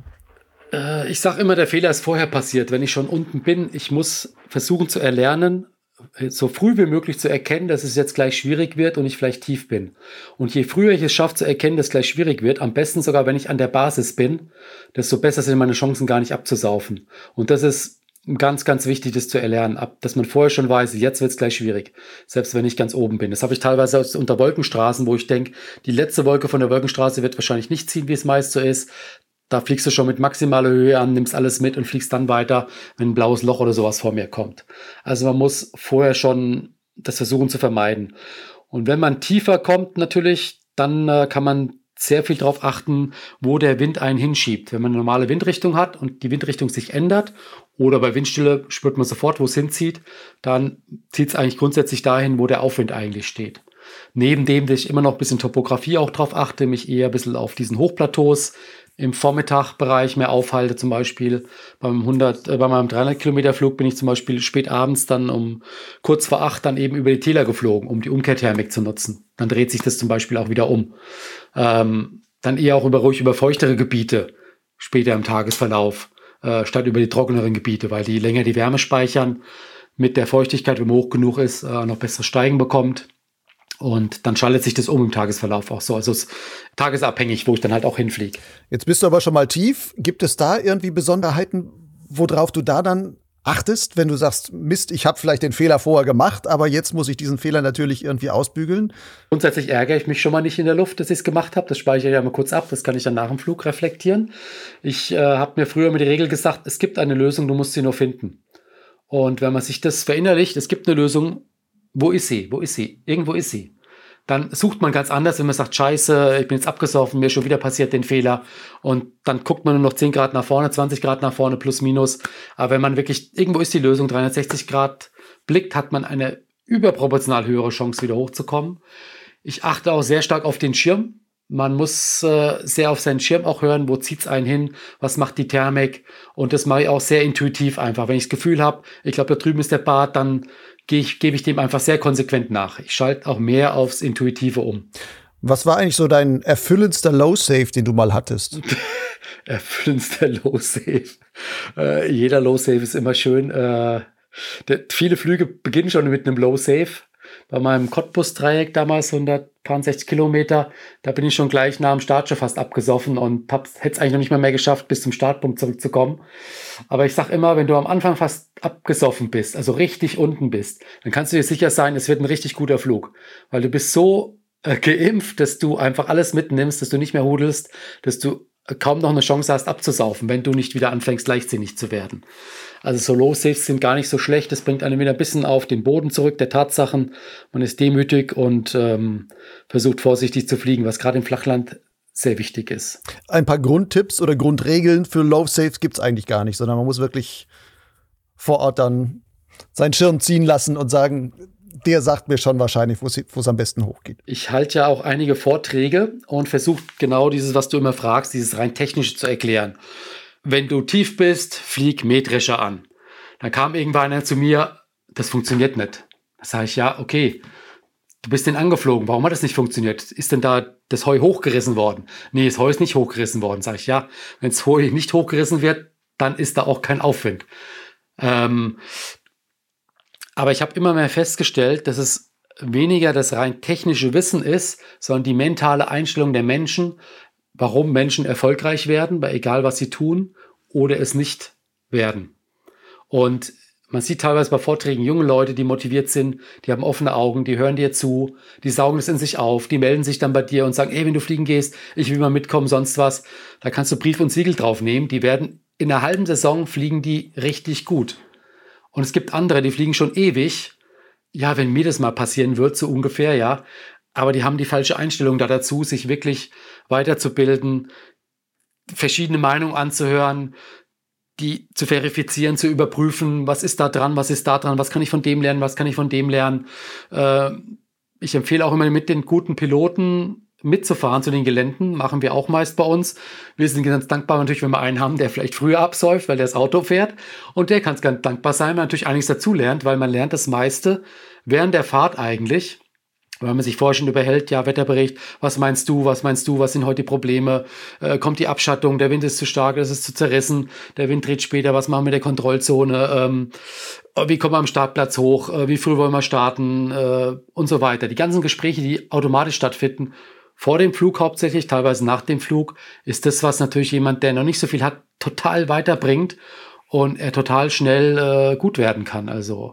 Äh, ich sage immer, der Fehler ist vorher passiert. Wenn ich schon unten bin, ich muss versuchen zu erlernen, so früh wie möglich zu erkennen, dass es jetzt gleich schwierig wird und ich vielleicht tief bin. Und je früher ich es schaffe zu erkennen, dass es gleich schwierig wird, am besten sogar, wenn ich an der Basis bin, desto besser sind meine Chancen, gar nicht abzusaufen. Und das ist ganz, ganz wichtig, das zu erlernen, ab, dass man vorher schon weiß, jetzt wird es gleich schwierig, selbst wenn ich ganz oben bin. Das habe ich teilweise unter Wolkenstraßen, wo ich denke, die letzte Wolke von der Wolkenstraße wird wahrscheinlich nicht ziehen, wie es meist so ist. Da fliegst du schon mit maximaler Höhe an, nimmst alles mit und fliegst dann weiter, wenn ein blaues Loch oder sowas vor mir kommt. Also man muss vorher schon das versuchen zu vermeiden. Und wenn man tiefer kommt natürlich, dann äh, kann man sehr viel darauf achten, wo der Wind einen hinschiebt. Wenn man eine normale Windrichtung hat und die Windrichtung sich ändert, oder bei Windstille spürt man sofort, wo es hinzieht, dann zieht es eigentlich grundsätzlich dahin, wo der Aufwind eigentlich steht. Neben dem, dass ich immer noch ein bisschen Topografie auch drauf achte, mich eher ein bisschen auf diesen Hochplateaus im Vormittagbereich mehr aufhalte, zum Beispiel beim hundert, äh, bei meinem dreihundert Kilometer Flug bin ich zum Beispiel spät abends dann um kurz vor acht dann eben über die Täler geflogen, um die Umkehrthermik zu nutzen. Dann dreht sich das zum Beispiel auch wieder um. Ähm, dann eher auch über ruhig über feuchtere Gebiete später im Tagesverlauf, äh, statt über die trockeneren Gebiete, weil die länger die Wärme speichern, mit der Feuchtigkeit, wenn man hoch genug ist, äh, noch besseres Steigen bekommt. Und dann schaltet sich das um im Tagesverlauf auch so. Also es ist tagesabhängig, wo ich dann halt auch hinfliege. Jetzt bist du aber schon mal tief. Gibt es da irgendwie Besonderheiten, worauf du da dann achtest, wenn du sagst, Mist, ich habe vielleicht den Fehler vorher gemacht, aber jetzt muss ich diesen Fehler natürlich irgendwie ausbügeln? Grundsätzlich ärgere ich mich schon mal nicht in der Luft, dass ich es gemacht habe. Das speichere ich ja mal kurz ab. Das kann ich dann nach dem Flug reflektieren. Ich äh, habe mir früher mit der Regel gesagt, es gibt eine Lösung, du musst sie nur finden. Und wenn man sich das verinnerlicht, es gibt eine Lösung, wo ist sie? Wo ist sie? Irgendwo ist sie. Dann sucht man ganz anders, wenn man sagt, scheiße, ich bin jetzt abgesoffen, mir ist schon wieder passiert den Fehler. Und dann guckt man nur noch zehn Grad nach vorne, zwanzig Grad nach vorne, plus minus. Aber wenn man wirklich, irgendwo ist die Lösung, dreihundertsechzig Grad blickt, hat man eine überproportional höhere Chance, wieder hochzukommen. Ich achte auch sehr stark auf den Schirm. Man muss äh, sehr auf seinen Schirm auch hören, wo zieht's einen hin, was macht die Thermik. Und das mache ich auch sehr intuitiv einfach. Wenn ich das Gefühl habe, ich glaube, da drüben ist der Bad, dann gehe ich, gebe ich dem einfach sehr konsequent nach. Ich schalte auch mehr aufs Intuitive um. Was war eigentlich so dein erfüllendster Low-Save, den du mal hattest? Erfüllendster Low-Save. Äh, jeder Low-Save ist immer schön. Äh, der, viele Flüge beginnen schon mit einem Low-Save. bei meinem Cottbus-Dreieck damals, hundertsechzig Kilometer, da bin ich schon gleich nach dem Start schon fast abgesoffen und hätte es eigentlich noch nicht mal mehr geschafft, bis zum Startpunkt zurückzukommen. Aber ich sage immer, wenn du am Anfang fast abgesoffen bist, also richtig unten bist, dann kannst du dir sicher sein, es wird ein richtig guter Flug, weil du bist so äh, geimpft, dass du einfach alles mitnimmst, dass du nicht mehr hudelst, dass du kaum noch eine Chance hast abzusaufen, wenn du nicht wieder anfängst, leichtsinnig zu werden. Also so Low-Saves sind gar nicht so schlecht. Das bringt einen wieder ein bisschen auf den Boden zurück der Tatsachen. Man ist demütig und ähm, versucht vorsichtig zu fliegen, was gerade im Flachland sehr wichtig ist. Ein paar Grundtipps oder Grundregeln für Low-Saves gibt es eigentlich gar nicht, sondern man muss wirklich vor Ort dann seinen Schirm ziehen lassen und sagen, der sagt mir schon wahrscheinlich, wo es am besten hochgeht. Ich halte ja auch einige Vorträge und versuche genau dieses, was du immer fragst, dieses rein technische zu erklären. Wenn du tief bist, flieg Mähdrescher an. Dann kam irgendwann einer zu mir, das funktioniert nicht. Da sage ich, ja, okay, du bist denn angeflogen, warum hat das nicht funktioniert? Ist denn da das Heu hochgerissen worden? Nee, das Heu ist nicht hochgerissen worden. Sage ich, ja, wenn das Heu nicht hochgerissen wird, dann ist da auch kein Aufwind. Ähm, aber ich habe immer mehr festgestellt, dass es weniger das rein technische Wissen ist, sondern die mentale Einstellung der Menschen, warum Menschen erfolgreich werden, bei egal was sie tun oder es nicht werden. Und man sieht teilweise bei Vorträgen junge Leute, die motiviert sind, die haben offene Augen, die hören dir zu, die saugen es in sich auf, die melden sich dann bei dir und sagen, ey, wenn du fliegen gehst, ich will mal mitkommen, sonst was. Da kannst du Brief und Siegel drauf nehmen. Die werden in einer halben Saison fliegen die richtig gut. Und es gibt andere, die fliegen schon ewig. Ja, wenn mir das mal passieren wird, so ungefähr, ja. Aber die haben die falsche Einstellung da dazu, sich wirklich weiterzubilden, verschiedene Meinungen anzuhören, die zu verifizieren, zu überprüfen, was ist da dran, was ist da dran, was kann ich von dem lernen, was kann ich von dem lernen. Äh, ich empfehle auch immer mit den guten Piloten mitzufahren zu den Geländen, machen wir auch meist bei uns. Wir sind ganz dankbar natürlich, wenn wir einen haben, der vielleicht früher absäuft, weil der das Auto fährt. Und der kann es ganz dankbar sein, weil man natürlich einiges dazu lernt, weil man lernt das meiste während der Fahrt eigentlich. Weil man sich vorher schon überhält, ja, Wetterbericht, was meinst du, was meinst du, was sind heute die Probleme, äh, kommt die Abschattung, der Wind ist zu stark, es ist zu zerrissen, der Wind dreht später, was machen wir mit der Kontrollzone, ähm, wie kommen wir am Startplatz hoch, äh, wie früh wollen wir starten äh, und so weiter. Die ganzen Gespräche, die automatisch stattfinden, vor dem Flug hauptsächlich, teilweise nach dem Flug, ist das, was natürlich jemand, der noch nicht so viel hat, total weiterbringt und er total schnell äh, gut werden kann. Also,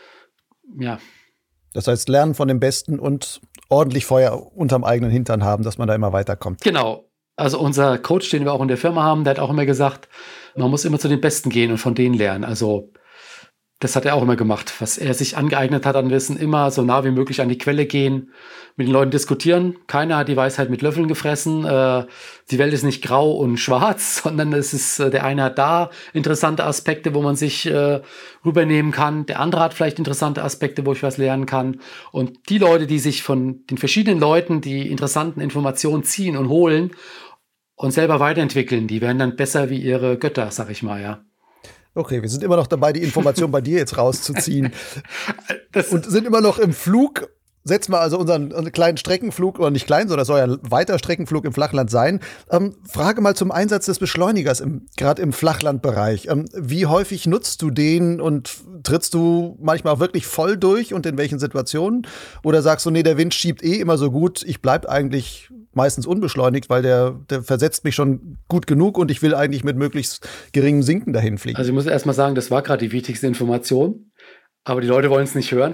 ja. Das heißt, lernen von dem Besten und ordentlich Feuer unterm eigenen Hintern haben, dass man da immer weiterkommt. Genau. Also unser Coach, den wir auch in der Firma haben, der hat auch immer gesagt, man muss immer zu den Besten gehen und von denen lernen. Also das hat er auch immer gemacht. Was er sich angeeignet hat an Wissen, immer so nah wie möglich an die Quelle gehen, mit den Leuten diskutieren. Keiner hat die Weisheit mit Löffeln gefressen. Äh, die Welt ist nicht grau und schwarz, sondern es ist, äh, der eine hat da interessante Aspekte, wo man sich äh, rübernehmen kann. Der andere hat vielleicht interessante Aspekte, wo ich was lernen kann. Und die Leute, die sich von den verschiedenen Leuten die interessanten Informationen ziehen und holen und selber weiterentwickeln, die werden dann besser wie ihre Götter, sag ich mal, ja. Okay, wir sind immer noch dabei, die Information bei dir jetzt rauszuziehen. Das und sind immer noch im Flug. Setzen wir also unseren, unseren kleinen Streckenflug, oder nicht klein, sondern das soll ja weiter Streckenflug im Flachland sein. Ähm, Frage mal zum Einsatz des Beschleunigers, gerade im Flachlandbereich. Ähm, wie häufig nutzt du den und trittst du manchmal auch wirklich voll durch und in welchen Situationen? Oder sagst du, nee, der Wind schiebt eh immer so gut, ich bleib eigentlich meistens unbeschleunigt, weil der, der versetzt mich schon gut genug und ich will eigentlich mit möglichst geringem Sinken dahin fliegen. Also ich muss erst mal sagen, das war gerade die wichtigste Information, aber die Leute wollen es nicht hören.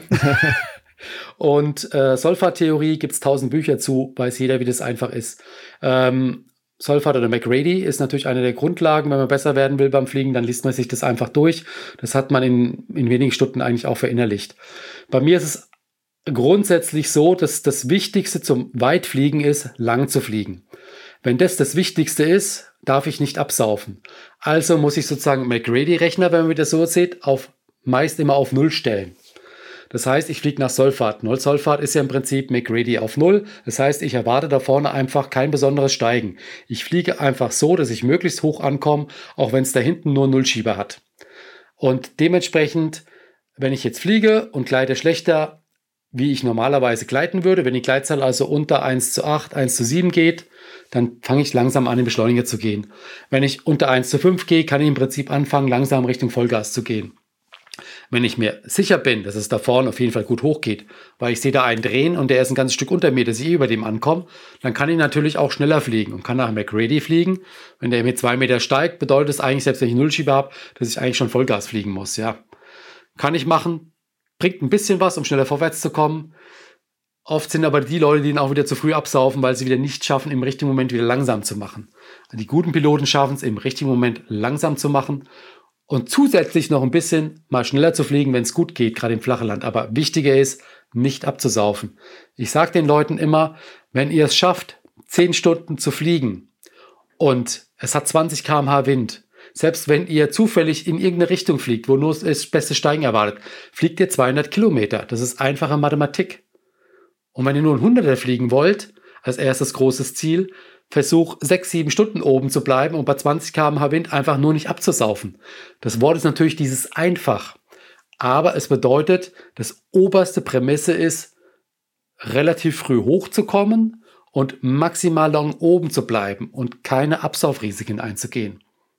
Und äh, Solfat-Theorie gibt es tausend Bücher zu, weiß jeder, wie das einfach ist. Ähm, Solfat oder McGrady ist natürlich eine der Grundlagen. Wenn man besser werden will beim Fliegen, dann liest man sich das einfach durch. Das hat man in, in wenigen Stunden eigentlich auch verinnerlicht. Bei mir ist es grundsätzlich so, dass das Wichtigste zum Weitfliegen ist, lang zu fliegen. Wenn das das Wichtigste ist, darf ich nicht absaufen. Also muss ich sozusagen McGrady-Rechner, wenn man wieder so sieht, auf, meist immer auf Null stellen. Das heißt, ich fliege nach Solfat. Null Solfat ist ja im Prinzip McGrady auf Null. Das heißt, ich erwarte da vorne einfach kein besonderes Steigen. Ich fliege einfach so, dass ich möglichst hoch ankomme, auch wenn es da hinten nur Nullschieber hat. Und dementsprechend, wenn ich jetzt fliege und gleite schlechter, wie ich normalerweise gleiten würde, wenn die Gleitzahl also unter eins zu acht, eins zu sieben geht, dann fange ich langsam an, in den Beschleuniger zu gehen. Wenn ich unter eins zu fünf gehe, kann ich im Prinzip anfangen, langsam Richtung Vollgas zu gehen. Wenn ich mir sicher bin, dass es da vorne auf jeden Fall gut hochgeht, weil ich sehe da einen drehen und der ist ein ganzes Stück unter mir, dass ich eh über dem ankomme, dann kann ich natürlich auch schneller fliegen und kann nach McReady fliegen. Wenn der mit zwei Meter steigt, bedeutet es eigentlich, selbst wenn ich Nullschieber habe, dass ich eigentlich schon Vollgas fliegen muss. Ja, kann ich machen, bringt ein bisschen was, um schneller vorwärts zu kommen. Oft sind aber die Leute, die ihn auch wieder zu früh absaufen, weil sie wieder nicht schaffen, im richtigen Moment wieder langsam zu machen. Die guten Piloten schaffen es, im richtigen Moment langsam zu machen und zusätzlich noch ein bisschen mal schneller zu fliegen, wenn es gut geht, gerade im flachen Land. Aber wichtiger ist, nicht abzusaufen. Ich sage den Leuten immer, wenn ihr es schafft, zehn Stunden zu fliegen und es hat zwanzig Kilometer pro Stunde Wind, selbst wenn ihr zufällig in irgendeine Richtung fliegt, wo nur das beste Steigen erwartet, fliegt ihr zweihundert Kilometer. Das ist einfache Mathematik. Und wenn ihr nur ein Hunderter fliegen wollt, als erstes großes Ziel, versuch sechs, sieben Stunden oben zu bleiben und bei zwanzig Kilometer pro Stunde Wind einfach nur nicht abzusaufen. Das Wort ist natürlich dieses einfach. Aber es bedeutet, das oberste Prämisse ist, relativ früh hochzukommen und maximal lang oben zu bleiben und keine Absaufrisiken einzugehen.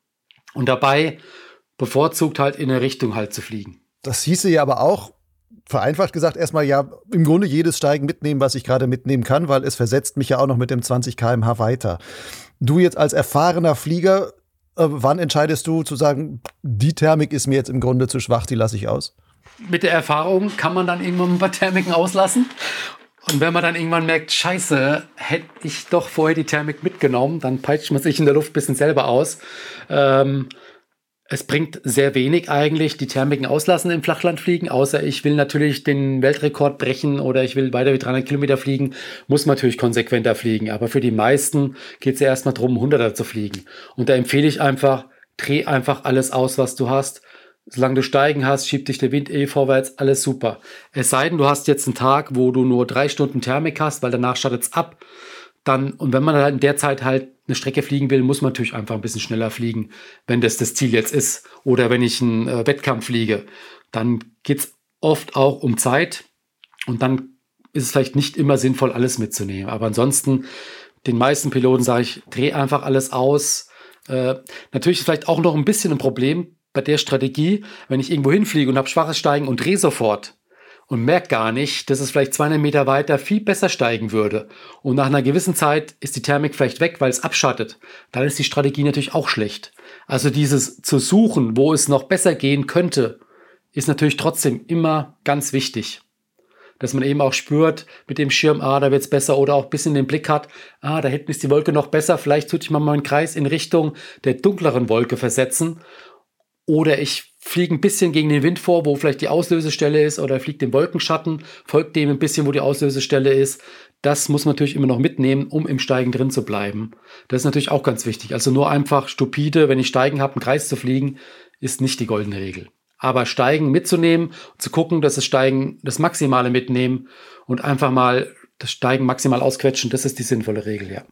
Und dabei bevorzugt halt in eine Richtung halt zu fliegen. Das hieße ja aber auch, vereinfacht gesagt, erstmal ja im Grunde jedes Steigen mitnehmen, was ich gerade mitnehmen kann, weil es versetzt mich ja auch noch mit dem zwanzig Kilometer pro Stunde weiter. Du jetzt als erfahrener Flieger, äh, wann entscheidest du zu sagen, die Thermik ist mir jetzt im Grunde zu schwach, die lasse ich aus? Mit der Erfahrung kann man dann irgendwann ein paar Thermiken auslassen. Und wenn man dann irgendwann merkt, scheiße, hätte ich doch vorher die Thermik mitgenommen, dann peitscht man sich in der Luft ein bisschen selber aus. Ähm, Es bringt sehr wenig eigentlich, die Thermiken auslassen im Flachlandfliegen, außer ich will natürlich den Weltrekord brechen oder ich will weiter wie dreihundert Kilometer fliegen, muss man natürlich konsequenter fliegen. Aber für die meisten geht es ja erstmal darum, hunderter zu fliegen. Und da empfehle ich einfach, dreh einfach alles aus, was du hast. Solange du Steigen hast, schiebt dich der Wind eh vorwärts, alles super. Es sei denn, du hast jetzt einen Tag, wo du nur drei Stunden Thermik hast, weil danach startet es ab. Dann, und wenn man halt in der Zeit halt eine Strecke fliegen will, muss man natürlich einfach ein bisschen schneller fliegen, wenn das das Ziel jetzt ist. Oder wenn ich einen äh, Wettkampf fliege, dann geht es oft auch um Zeit. Und dann ist es vielleicht nicht immer sinnvoll, alles mitzunehmen. Aber ansonsten, den meisten Piloten sage ich, dreh einfach alles aus. Äh, natürlich ist vielleicht auch noch ein bisschen ein Problem bei der Strategie, wenn ich irgendwo hinfliege und habe schwaches Steigen und drehe sofort. Und merke gar nicht, dass es vielleicht zweihundert Meter weiter viel besser steigen würde. Und nach einer gewissen Zeit ist die Thermik vielleicht weg, weil es abschattet. Dann ist die Strategie natürlich auch schlecht. Also dieses zu suchen, wo es noch besser gehen könnte, ist natürlich trotzdem immer ganz wichtig. Dass man eben auch spürt mit dem Schirm, ah, da wird es besser, oder auch ein bisschen den Blick hat, ah, da hinten ist die Wolke noch besser, vielleicht tue ich mal meinen Kreis in Richtung der dunkleren Wolke versetzen. Oder ich fliege ein bisschen gegen den Wind vor, wo vielleicht die Auslösestelle ist, oder fliege dem Wolkenschatten, folgt dem ein bisschen, wo die Auslösestelle ist. Das muss man natürlich immer noch mitnehmen, um im Steigen drin zu bleiben. Das ist natürlich auch ganz wichtig. Also nur einfach stupide, wenn ich Steigen habe, einen Kreis zu fliegen, ist nicht die goldene Regel. Aber Steigen mitzunehmen, zu gucken, dass das Steigen das Maximale mitnehmen und einfach mal das Steigen maximal ausquetschen, das ist die sinnvolle Regel, ja.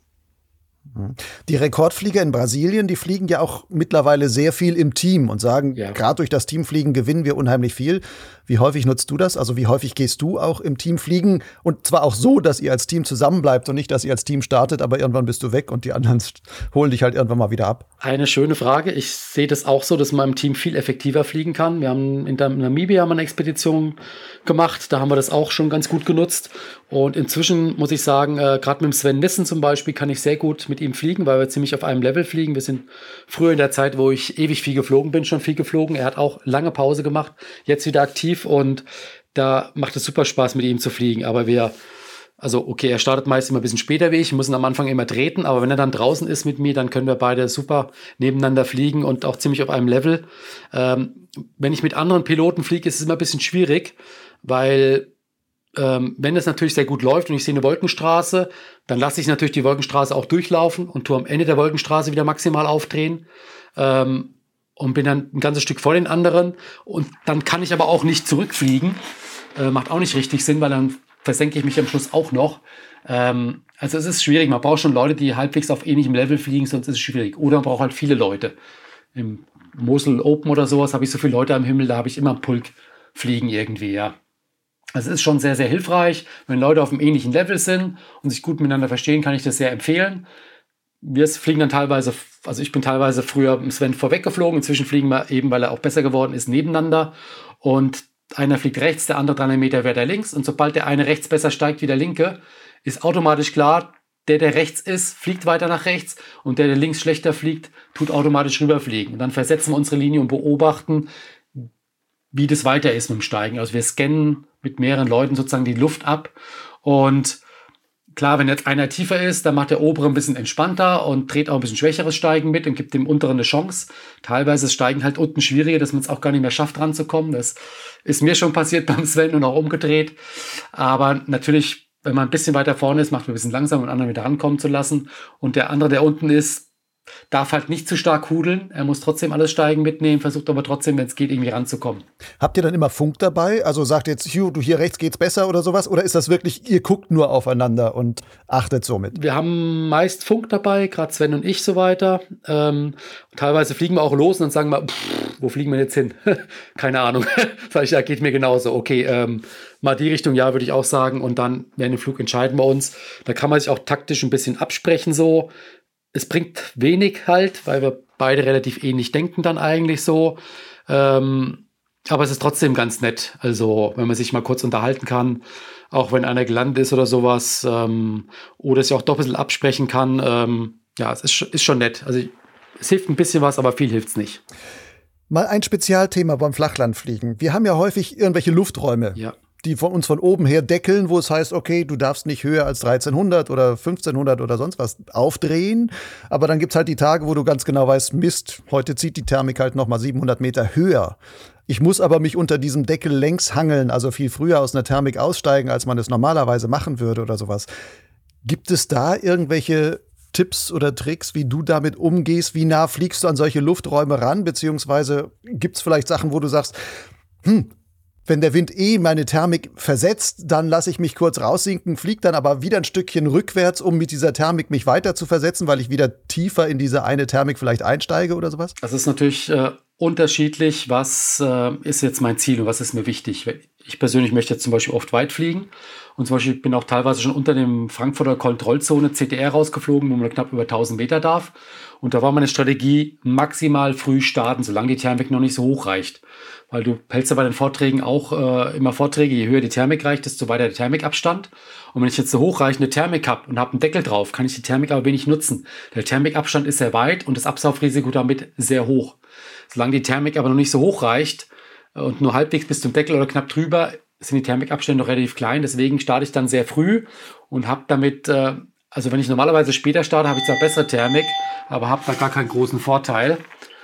Die Rekordflieger in Brasilien, die fliegen ja auch mittlerweile sehr viel im Team und sagen, ja, gerade durch das Teamfliegen gewinnen wir unheimlich viel. Wie häufig nutzt du das? Also wie häufig gehst du auch im Team fliegen? Und zwar auch so, dass ihr als Team zusammenbleibt und nicht, dass ihr als Team startet, aber irgendwann bist du weg und die anderen holen dich halt irgendwann mal wieder ab. Eine schöne Frage. Ich sehe das auch so, dass man im Team viel effektiver fliegen kann. Wir haben in Namibia haben wir eine Expedition gemacht, da haben wir das auch schon ganz gut genutzt. Und inzwischen muss ich sagen, äh, gerade mit dem Sven Nissen zum Beispiel kann ich sehr gut mit ihm fliegen, weil wir ziemlich auf einem Level fliegen. Wir sind früher in der Zeit, wo ich ewig viel geflogen bin, schon viel geflogen. Er hat auch lange Pause gemacht, jetzt wieder aktiv und da macht es super Spaß, mit ihm zu fliegen. Aber wir, also okay, er startet meist immer ein bisschen später wie ich, müssen am Anfang immer treten, aber wenn er dann draußen ist mit mir, dann können wir beide super nebeneinander fliegen und auch ziemlich auf einem Level. Ähm, wenn ich mit anderen Piloten fliege, ist es immer ein bisschen schwierig, weil Ähm, wenn es natürlich sehr gut läuft und ich sehe eine Wolkenstraße, dann lasse ich natürlich die Wolkenstraße auch durchlaufen und tue am Ende der Wolkenstraße wieder maximal aufdrehen ähm, und bin dann ein ganzes Stück vor den anderen. Und dann kann ich aber auch nicht zurückfliegen. Äh, macht auch nicht richtig Sinn, weil dann versenke ich mich am Schluss auch noch. Ähm, also es ist schwierig. Man braucht schon Leute, die halbwegs auf ähnlichem Level fliegen, sonst ist es schwierig. Oder man braucht halt viele Leute. Im Mosel Open oder sowas habe ich so viele Leute am Himmel, da habe ich immer einen Pulk fliegen irgendwie, ja. Also es ist schon sehr, sehr hilfreich. Wenn Leute auf einem ähnlichen Level sind und sich gut miteinander verstehen, kann ich das sehr empfehlen. wir fliegen dann teilweise, also ich bin teilweise früher Sven vorweggeflogen, inzwischen fliegen wir eben, weil er auch besser geworden ist, nebeneinander und einer fliegt rechts, der andere dreihundert Meter weiter links und sobald der eine rechts besser steigt wie der linke, ist automatisch klar, der, der rechts ist, fliegt weiter nach rechts und der, der links schlechter fliegt, tut automatisch rüberfliegen. Und dann versetzen wir unsere Linie und beobachten, wie das weiter ist mit dem Steigen. Also wir scannen mit mehreren Leuten sozusagen die Luft ab und klar, wenn jetzt einer tiefer ist, dann macht der obere ein bisschen entspannter und dreht auch ein bisschen schwächeres Steigen mit und gibt dem unteren eine Chance. Teilweise ist Steigen halt unten schwieriger, dass man es auch gar nicht mehr schafft, ranzukommen. Das ist mir schon passiert beim Sven und auch umgedreht. Aber natürlich, wenn man ein bisschen weiter vorne ist, macht man ein bisschen langsam, um den anderen wieder rankommen zu lassen. Und der andere, der unten ist, darf halt nicht zu stark hudeln. Er muss trotzdem alles Steigen mitnehmen, versucht aber trotzdem, wenn es geht, irgendwie ranzukommen. Habt ihr dann immer Funk dabei? Also sagt jetzt, Hugh, du hier rechts geht's besser oder sowas? Oder ist das wirklich, ihr guckt nur aufeinander und achtet somit? Wir haben meist Funk dabei, gerade Sven und ich so weiter. Ähm, teilweise fliegen wir auch los und dann sagen wir, pff, wo fliegen wir jetzt hin? Keine Ahnung. Sag ich, ja, geht mir genauso. Okay, ähm, mal die Richtung, ja, würde ich auch sagen. Und dann während dem Flug entscheiden wir uns. Da kann man sich auch taktisch ein bisschen absprechen so. Es bringt wenig halt, weil wir beide relativ ähnlich denken dann eigentlich so. Ähm, aber es ist trotzdem ganz nett. Also wenn man sich mal kurz unterhalten kann, auch wenn einer gelandet ist oder sowas. Ähm, oder sich auch doch ein bisschen absprechen kann. Ähm, ja, es ist, ist schon nett. Also es hilft ein bisschen was, aber viel hilft es nicht. Mal ein Spezialthema beim Flachlandfliegen. Wir haben ja häufig irgendwelche Lufträume. Ja. Die von uns von oben her deckeln, wo es heißt, okay, du darfst nicht höher als dreizehnhundert oder fünfzehnhundert oder sonst was aufdrehen. Aber dann gibt's halt die Tage, wo du ganz genau weißt, Mist, heute zieht die Thermik halt noch mal siebenhundert Meter höher. Ich muss aber mich unter diesem Deckel längs hangeln, also viel früher aus einer Thermik aussteigen, als man es normalerweise machen würde oder sowas. Gibt es da irgendwelche Tipps oder Tricks, wie du damit umgehst? Wie nah fliegst du an solche Lufträume ran? Beziehungsweise gibt's vielleicht Sachen, wo du sagst, hm, wenn der Wind eh meine Thermik versetzt, dann lasse ich mich kurz raussinken, fliege dann aber wieder ein Stückchen rückwärts, um mit dieser Thermik mich weiter zu versetzen, weil ich wieder tiefer in diese eine Thermik vielleicht einsteige oder sowas? Das ist natürlich äh, unterschiedlich. Was äh, ist jetzt mein Ziel und was ist mir wichtig? Ich persönlich möchte jetzt zum Beispiel oft weit fliegen und zum Beispiel bin auch teilweise schon unter dem Frankfurter Kontrollzone C T R rausgeflogen, wo man knapp über tausend Meter darf. Und da war meine Strategie, maximal früh starten, solange die Thermik noch nicht so hoch reicht. Weil du hältst ja bei den Vorträgen auch äh, immer Vorträge, je höher die Thermik reicht, desto weiter der Thermikabstand. Und wenn ich jetzt eine hochreichende Thermik habe und habe einen Deckel drauf, kann ich die Thermik aber wenig nutzen. Der Thermikabstand ist sehr weit und das Absaufrisiko damit sehr hoch. Solange die Thermik aber noch nicht so hoch reicht und nur halbwegs bis zum Deckel oder knapp drüber, sind die Thermikabstände noch relativ klein. Deswegen starte ich dann sehr früh und habe damit, äh, also wenn ich normalerweise später starte, habe ich zwar bessere Thermik, aber habe da gar keinen großen Vorteil.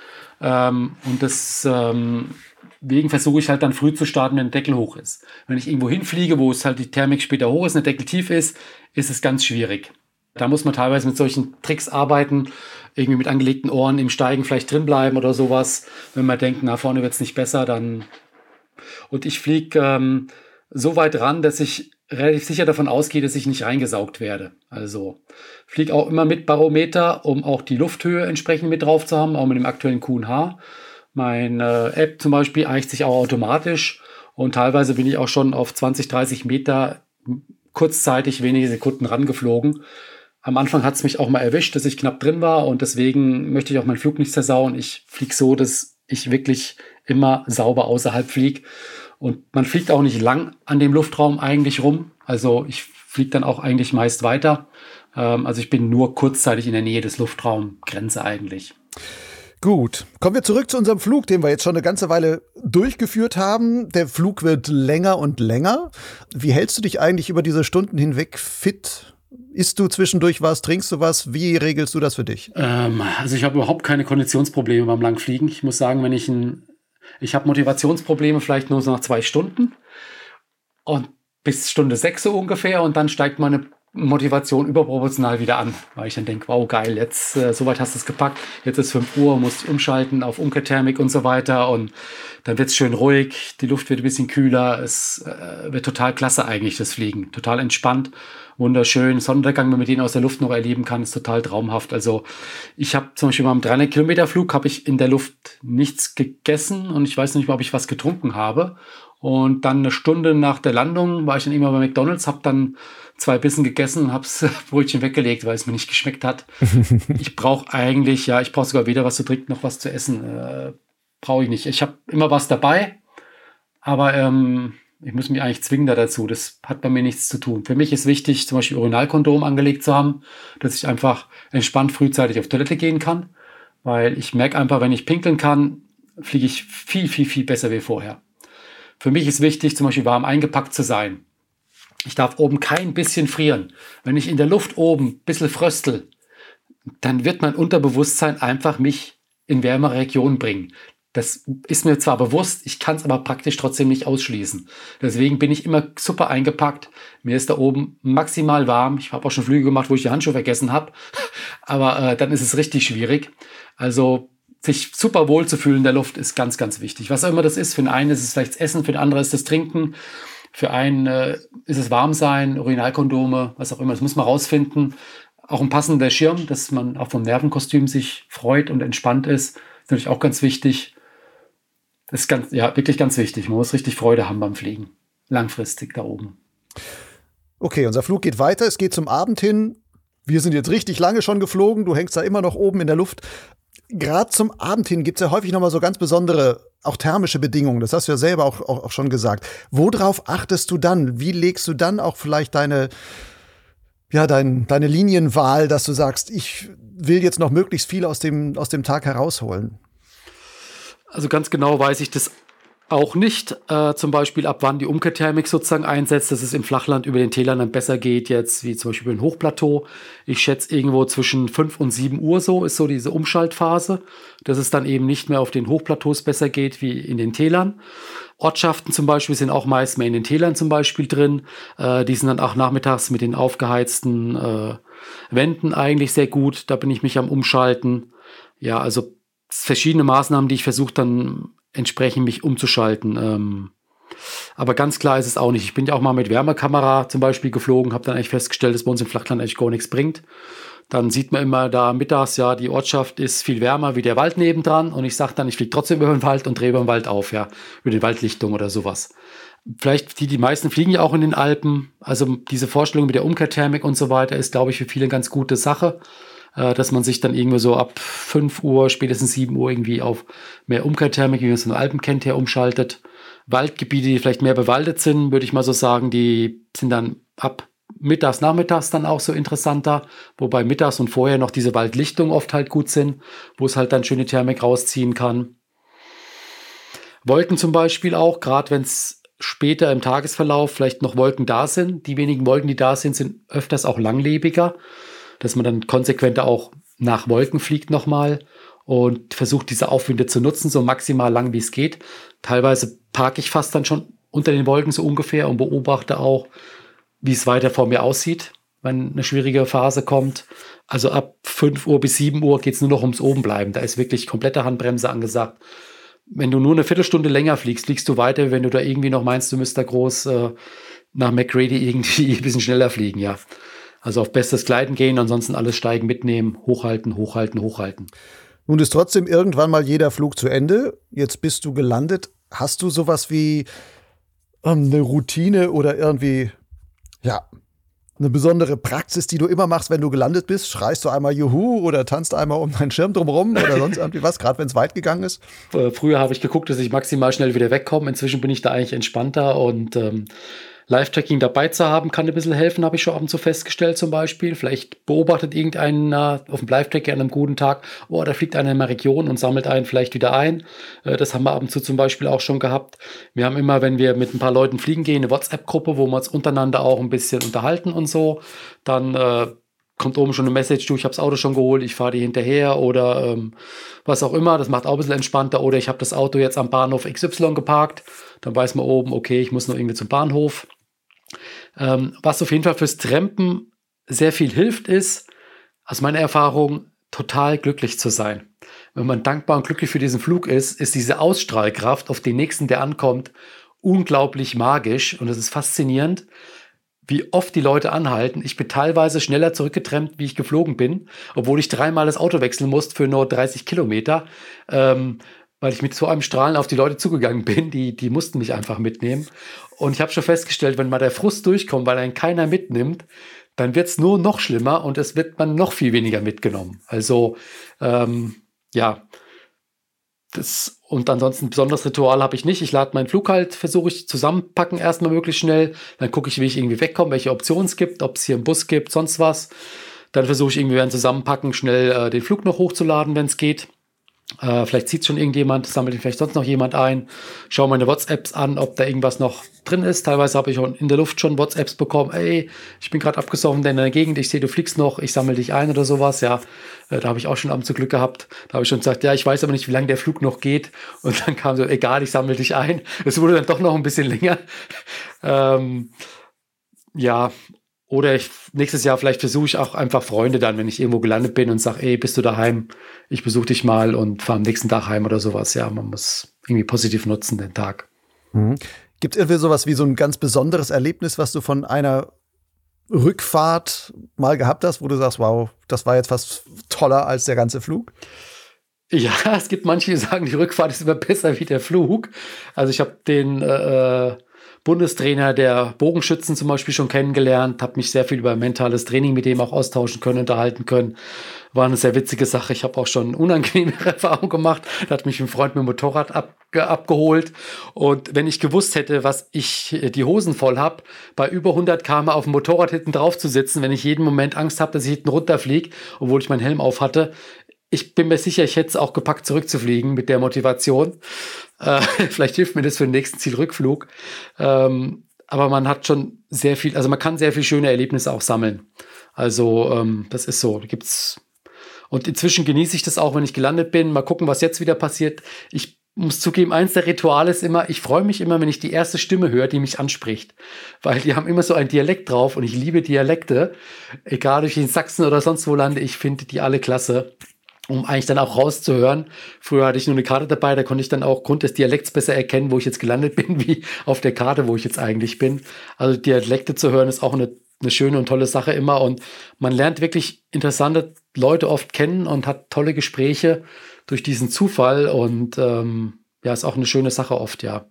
Ähm, und das... Ähm, Deswegen versuche ich halt dann früh zu starten, wenn der Deckel hoch ist. Wenn ich irgendwo hinfliege, wo es halt die Thermik später hoch ist und der Deckel tief ist, ist es ganz schwierig. Da muss man teilweise mit solchen Tricks arbeiten, irgendwie mit angelegten Ohren im Steigen vielleicht drin bleiben oder sowas. Wenn man denkt, na vorne wird es nicht besser, dann... Und ich fliege ähm, so weit ran, dass ich relativ sicher davon ausgehe, dass ich nicht reingesaugt werde. Also fliege auch immer mit Barometer, um auch die Lufthöhe entsprechend mit drauf zu haben, auch mit dem aktuellen Q und H. Meine App zum Beispiel eicht sich auch automatisch und teilweise bin ich auch schon auf zwanzig, dreißig Meter kurzzeitig wenige Sekunden rangeflogen. Am Anfang hat es mich auch mal erwischt, dass ich knapp drin war und deswegen möchte ich auch meinen Flug nicht zersauen. Ich fliege so, dass ich wirklich immer sauber außerhalb fliege und man fliegt auch nicht lang an dem Luftraum eigentlich rum. Also ich fliege dann auch eigentlich meist weiter. Also ich bin nur kurzzeitig in der Nähe des Luftraumgrenze eigentlich. Gut, kommen wir zurück zu unserem Flug, den wir jetzt schon eine ganze Weile durchgeführt haben. Der Flug wird länger und länger. Wie hältst du dich eigentlich über diese Stunden hinweg fit? Isst du zwischendurch was? Trinkst du was? Wie regelst du das für dich? Ähm, also ich habe überhaupt keine Konditionsprobleme beim Langfliegen. Ich muss sagen, wenn ich ein, ich habe Motivationsprobleme vielleicht nur so nach zwei Stunden und bis Stunde sechs so ungefähr und dann steigt meine Motivation überproportional wieder an, weil ich dann denke, wow, geil, jetzt äh, soweit hast du es gepackt, jetzt ist fünf Uhr, musst umschalten auf Umkehrthermik und so weiter und dann wird es schön ruhig, die Luft wird ein bisschen kühler, es äh, wird total klasse eigentlich, das Fliegen, total entspannt, wunderschön, Sonnenuntergang, wenn man den aus der Luft noch erleben kann, ist total traumhaft. Also ich habe zum Beispiel beim dreihundert Kilometer Flug habe ich in der Luft nichts gegessen und ich weiß nicht mal, ob ich was getrunken habe. Und dann eine Stunde nach der Landung war ich dann immer bei McDonald's, habe dann zwei Bissen gegessen und habe das Brötchen weggelegt, weil es mir nicht geschmeckt hat. Ich brauche eigentlich, ja, ich brauche sogar weder was zu trinken noch was zu essen. Äh, brauche ich nicht. Ich habe immer was dabei, aber ähm, ich muss mich eigentlich zwingen da dazu. Das hat bei mir nichts zu tun. Für mich ist wichtig, zum Beispiel Urinalkondom angelegt zu haben, dass ich einfach entspannt frühzeitig auf Toilette gehen kann, weil ich merke einfach, wenn ich pinkeln kann, fliege ich viel, viel, viel besser wie vorher. Für mich ist wichtig, zum Beispiel warm eingepackt zu sein. Ich darf oben kein bisschen frieren. Wenn ich in der Luft oben ein bisschen fröstel, dann wird mein Unterbewusstsein einfach mich in wärmere Regionen bringen. Das ist mir zwar bewusst, ich kann es aber praktisch trotzdem nicht ausschließen. Deswegen bin ich immer super eingepackt. Mir ist da oben maximal warm. Ich habe auch schon Flüge gemacht, wo ich die Handschuhe vergessen habe. Aber äh, dann ist es richtig schwierig. Also sich super wohl zu fühlen in der Luft ist ganz, ganz wichtig. Was auch immer das ist. Für den einen ist es vielleicht das Essen, für den anderen ist das Trinken. Für einen äh, ist es Warmsein, Urinalkondome, was auch immer. Das muss man rausfinden. Auch ein passender Schirm, dass man auch vom Nervenkostüm sich freut und entspannt ist. Ist natürlich auch ganz wichtig. Das ist ganz, ja, wirklich ganz wichtig. Man muss richtig Freude haben beim Fliegen. Langfristig da oben. Okay, unser Flug geht weiter. Es geht zum Abend hin. Wir sind jetzt richtig lange schon geflogen. Du hängst da immer noch oben in der Luft. Gerade zum Abend hin gibt es ja häufig nochmal so ganz besondere, auch thermische Bedingungen. Das hast du ja selber auch, auch, auch schon gesagt. Worauf achtest du dann? Wie legst du dann auch vielleicht deine, ja, dein, deine Linienwahl, dass du sagst, ich will jetzt noch möglichst viel aus dem, aus dem Tag herausholen? Also ganz genau weiß ich das auch nicht. Äh, zum Beispiel, ab wann die Umkehrthermik sozusagen einsetzt, dass es im Flachland über den Tälern dann besser geht, jetzt wie zum Beispiel über ein Hochplateau. Ich schätze irgendwo zwischen fünf und sieben Uhr so ist so diese Umschaltphase, dass es dann eben nicht mehr auf den Hochplateaus besser geht wie in den Tälern. Ortschaften zum Beispiel sind auch meist mehr in den Tälern zum Beispiel drin. Äh, die sind dann auch nachmittags mit den aufgeheizten äh, Wänden eigentlich sehr gut. Da bin ich mich am Umschalten. Ja, also verschiedene Maßnahmen, die ich versuche dann entsprechend mich umzuschalten. Ähm, aber ganz klar ist es auch nicht. Ich bin ja auch mal mit Wärmekamera zum Beispiel geflogen, habe dann eigentlich festgestellt, dass bei uns im Flachland eigentlich gar nichts bringt. Dann sieht man immer da mittags, ja, die Ortschaft ist viel wärmer wie der Wald nebendran und ich sage dann, ich fliege trotzdem über den Wald und drehe über den Wald auf, ja, über die Waldlichtung oder sowas. Vielleicht, die, die meisten fliegen ja auch in den Alpen, also diese Vorstellung mit der Umkehrthermik und so weiter ist, glaube ich, für viele eine ganz gute Sache. Dass man sich dann irgendwie so ab fünf Uhr, spätestens sieben Uhr irgendwie auf mehr Umkehrthermik, wie man es in den Alpen kennt, her umschaltet. Waldgebiete, die vielleicht mehr bewaldet sind, würde ich mal so sagen, die sind dann ab mittags, nachmittags dann auch so interessanter, wobei mittags und vorher noch diese Waldlichtung oft halt gut sind, wo es halt dann schöne Thermik rausziehen kann. Wolken zum Beispiel auch, gerade wenn es später im Tagesverlauf vielleicht noch Wolken da sind. Die wenigen Wolken, die da sind, sind öfters auch langlebiger, dass man dann konsequenter auch nach Wolken fliegt nochmal und versucht, diese Aufwinde zu nutzen, so maximal lang wie es geht. Teilweise parke ich fast dann schon unter den Wolken so ungefähr und beobachte auch, wie es weiter vor mir aussieht, wenn eine schwierige Phase kommt. Also ab fünf Uhr bis sieben Uhr geht es nur noch ums Obenbleiben. Da ist wirklich komplette Handbremse angesagt. Wenn du nur eine Viertelstunde länger fliegst, fliegst du weiter, wenn du da irgendwie noch meinst, du müsst da groß äh, nach McGrady irgendwie ein bisschen schneller fliegen, ja. Also auf bestes Gleiten gehen, ansonsten alles steigen, mitnehmen, hochhalten, hochhalten, hochhalten. Nun ist trotzdem irgendwann mal jeder Flug zu Ende. Jetzt bist du gelandet. Hast du sowas wie ähm, eine Routine oder irgendwie, ja, eine besondere Praxis, die du immer machst, wenn du gelandet bist? Schreist du einmal Juhu oder tanzt einmal um deinen Schirm drumherum oder sonst irgendwie was, gerade wenn es weit gegangen ist? Äh, früher habe ich geguckt, dass ich maximal schnell wieder wegkomme. Inzwischen bin ich da eigentlich entspannter und ähm, Live-Tracking dabei zu haben, kann ein bisschen helfen, habe ich schon ab und zu festgestellt zum Beispiel. Vielleicht beobachtet irgendeiner auf dem Live-Tracker an einem guten Tag, oh, da fliegt einer in einer Region und sammelt einen vielleicht wieder ein. Das haben wir ab und zu zum Beispiel auch schon gehabt. Wir haben immer, wenn wir mit ein paar Leuten fliegen gehen, eine WhatsApp-Gruppe, wo wir uns untereinander auch ein bisschen unterhalten und so. Dann äh, kommt oben schon eine Message, du, ich habe das Auto schon geholt, ich fahre dir hinterher oder ähm, was auch immer. Das macht auch ein bisschen entspannter. Oder ich habe das Auto jetzt am Bahnhof X Y geparkt. Dann weiß man oben, okay, ich muss noch irgendwie zum Bahnhof. Ähm, was auf jeden Fall fürs Trampen sehr viel hilft, ist, aus meiner Erfahrung, total glücklich zu sein. Wenn man dankbar und glücklich für diesen Flug ist, ist diese Ausstrahlkraft auf den nächsten, der ankommt, unglaublich magisch und es ist faszinierend, wie oft die Leute anhalten. Ich bin teilweise schneller zurückgetrennt, wie ich geflogen bin, obwohl ich dreimal das Auto wechseln musste für nur dreißig Kilometer. Ähm, weil ich mit so einem Strahlen auf die Leute zugegangen bin, die, die mussten mich einfach mitnehmen. Und ich habe schon festgestellt, wenn mal der Frust durchkommt, weil einen keiner mitnimmt, dann wird es nur noch schlimmer und es wird man noch viel weniger mitgenommen. Also, ähm, ja, das, und ansonsten ein besonderes Ritual habe ich nicht. Ich lade meinen Flug halt, versuche ich zusammenpacken erstmal möglichst schnell. Dann gucke ich, wie ich irgendwie wegkomme, welche Optionen es gibt, ob es hier einen Bus gibt, sonst was. Dann versuche ich irgendwie beim Zusammenpacken schnell äh, den Flug noch hochzuladen, wenn es geht. Äh, vielleicht zieht schon irgendjemand, sammelt ihn vielleicht sonst noch jemand ein. Schaue meine WhatsApps an, ob da irgendwas noch drin ist. Teilweise habe ich auch in der Luft schon WhatsApps bekommen. Ey, ich bin gerade abgesoffen in der Gegend, ich sehe, du fliegst noch, ich sammle dich ein oder sowas. Ja, äh, da habe ich auch schon abends so Glück gehabt. Da habe ich schon gesagt, ja, ich weiß aber nicht, wie lange der Flug noch geht. Und dann kam so, egal, ich sammle dich ein. Es wurde dann doch noch ein bisschen länger. ähm, ja, Oder ich, nächstes Jahr vielleicht versuche ich auch einfach Freunde dann, wenn ich irgendwo gelandet bin und sage, ey, bist du daheim? Ich besuche dich mal und fahre am nächsten Tag heim oder sowas. Ja, man muss irgendwie positiv nutzen den Tag. Mhm. Gibt es irgendwie sowas wie so ein ganz besonderes Erlebnis, was du von einer Rückfahrt mal gehabt hast, wo du sagst, wow, das war jetzt fast toller als der ganze Flug? Ja, es gibt manche, die sagen, die Rückfahrt ist immer besser wie der Flug. Also ich habe den äh, Bundestrainer der Bogenschützen zum Beispiel schon kennengelernt, habe mich sehr viel über mentales Training mit dem auch austauschen können, unterhalten können. War eine sehr witzige Sache. Ich habe auch schon unangenehme Erfahrungen gemacht. Da hat mich ein Freund mit dem Motorrad ab, abgeholt. Und wenn ich gewusst hätte, was ich die Hosen voll habe, bei über hundert Kilometer pro Stunde auf dem Motorrad hinten drauf zu sitzen, wenn ich jeden Moment Angst habe, dass ich hinten runterfliege, obwohl ich meinen Helm auf hatte, ich bin mir sicher, ich hätte es auch gepackt, zurückzufliegen mit der Motivation. Äh, vielleicht hilft mir das für den nächsten Zielrückflug. Ähm, aber man hat schon sehr viel, also man kann sehr viel schöne Erlebnisse auch sammeln. Also ähm, das ist so. Da gibt's und inzwischen genieße ich das auch, wenn ich gelandet bin. Mal gucken, was jetzt wieder passiert. Ich muss zugeben, eins der Rituale ist immer, ich freue mich immer, wenn ich die erste Stimme höre, die mich anspricht. Weil die haben immer so einen Dialekt drauf und ich liebe Dialekte. Egal, ob ich in Sachsen oder sonst wo lande, ich finde die alle klasse. Um eigentlich dann auch rauszuhören. Früher hatte ich nur eine Karte dabei, da konnte ich dann auch aufgrund des Dialekts besser erkennen, wo ich jetzt gelandet bin, wie auf der Karte, wo ich jetzt eigentlich bin. Also Dialekte zu hören ist auch eine, eine schöne und tolle Sache immer und man lernt wirklich interessante Leute oft kennen und hat tolle Gespräche durch diesen Zufall und ähm, ja, ist auch eine schöne Sache oft, ja.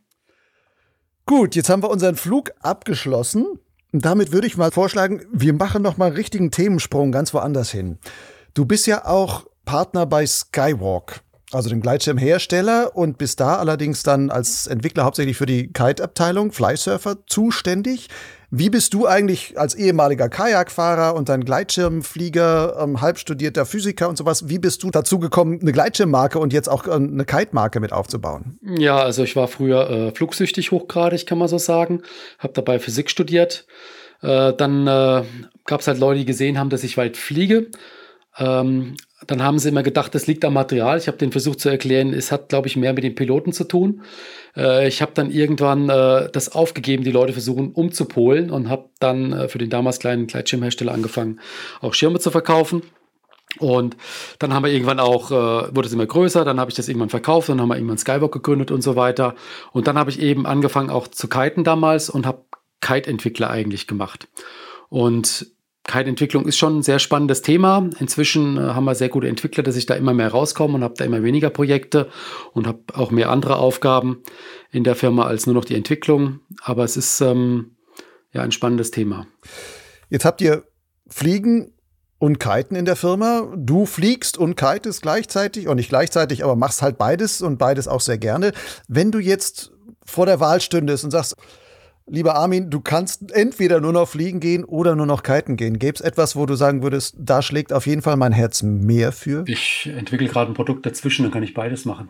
Gut, jetzt haben wir unseren Flug abgeschlossen und damit würde ich mal vorschlagen, wir machen noch mal einen richtigen Themensprung ganz woanders hin. Du bist ja auch Partner bei Skywalk, also dem Gleitschirmhersteller und bist da allerdings dann als Entwickler hauptsächlich für die Kite-Abteilung, Flysurfer, zuständig. Wie bist du eigentlich als ehemaliger Kajakfahrer und dann Gleitschirmflieger, ähm, halbstudierter Physiker und sowas, wie bist du dazu gekommen, eine Gleitschirmmarke und jetzt auch äh, eine Kite-Marke mit aufzubauen? Ja, also ich war früher äh, flugsüchtig hochgradig, kann man so sagen, habe dabei Physik studiert. Äh, dann äh, gab es halt Leute, die gesehen haben, dass ich weit fliege. Ähm, Dann haben sie immer gedacht, das liegt am Material. Ich habe denen versucht zu erklären, es hat, glaube ich, mehr mit den Piloten zu tun. Äh, ich habe dann irgendwann äh, das aufgegeben, die Leute versuchen umzupolen und habe dann äh, für den damals kleinen Gleitschirmhersteller angefangen, auch Schirme zu verkaufen. Und dann haben wir irgendwann auch, äh, wurde es immer größer, dann habe ich das irgendwann verkauft, dann haben wir irgendwann Skywalk gegründet und so weiter. Und dann habe ich eben angefangen auch zu kiten damals und habe Kite-Entwickler eigentlich gemacht. Und Kite-Entwicklung ist schon ein sehr spannendes Thema. Inzwischen äh, haben wir sehr gute Entwickler, dass ich da immer mehr rauskomme und habe da immer weniger Projekte und habe auch mehr andere Aufgaben in der Firma als nur noch die Entwicklung. Aber es ist ähm, ja ein spannendes Thema. Jetzt habt ihr Fliegen und Kiten in der Firma. Du fliegst und kitest gleichzeitig und nicht gleichzeitig, aber machst halt beides und beides auch sehr gerne. Wenn du jetzt vor der Wahl stündest und sagst, lieber Armin, du kannst entweder nur noch fliegen gehen oder nur noch kiten gehen. Gäbe es etwas, wo du sagen würdest, da schlägt auf jeden Fall mein Herz mehr für? Ich entwickle gerade ein Produkt dazwischen, dann kann ich beides machen.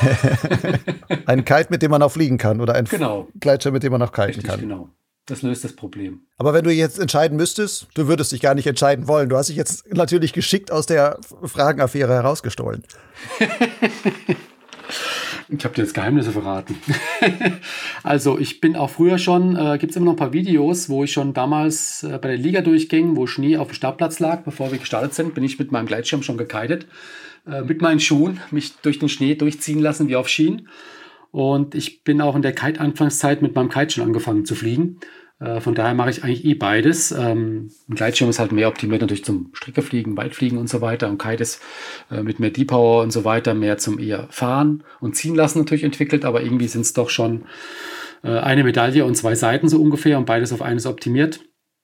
Ein Kite, mit dem man auch fliegen kann oder ein genau. Gleitschirm, mit dem man auch kiten Richtig, kann. Genau. Das löst das Problem. Aber wenn du jetzt entscheiden müsstest, du würdest dich gar nicht entscheiden wollen. Du hast dich jetzt natürlich geschickt aus der Fragenaffäre herausgestohlen. Ich habe dir jetzt Geheimnisse verraten. Also ich bin auch früher schon, äh, gibt es immer noch ein paar Videos, wo ich schon damals äh, bei der Liga durchging, wo Schnee auf dem Startplatz lag, bevor wir gestartet sind, bin ich mit meinem Gleitschirm schon gekitet, äh, mit meinen Schuhen, mich durch den Schnee durchziehen lassen wie auf Schienen. Und ich bin auch in der Kite-Anfangszeit mit meinem Kite schon angefangen zu fliegen. Äh, von daher mache ich eigentlich eh beides. Ähm, ein Gleitschirm ist halt mehr optimiert natürlich zum Streckefliegen, Weitfliegen und so weiter. Und Kite ist äh, mit mehr Deep Power und so weiter mehr zum eher Fahren und Ziehen lassen natürlich entwickelt. Aber irgendwie sind es doch schon äh, eine Medaille und zwei Seiten so ungefähr und beides auf eines optimiert.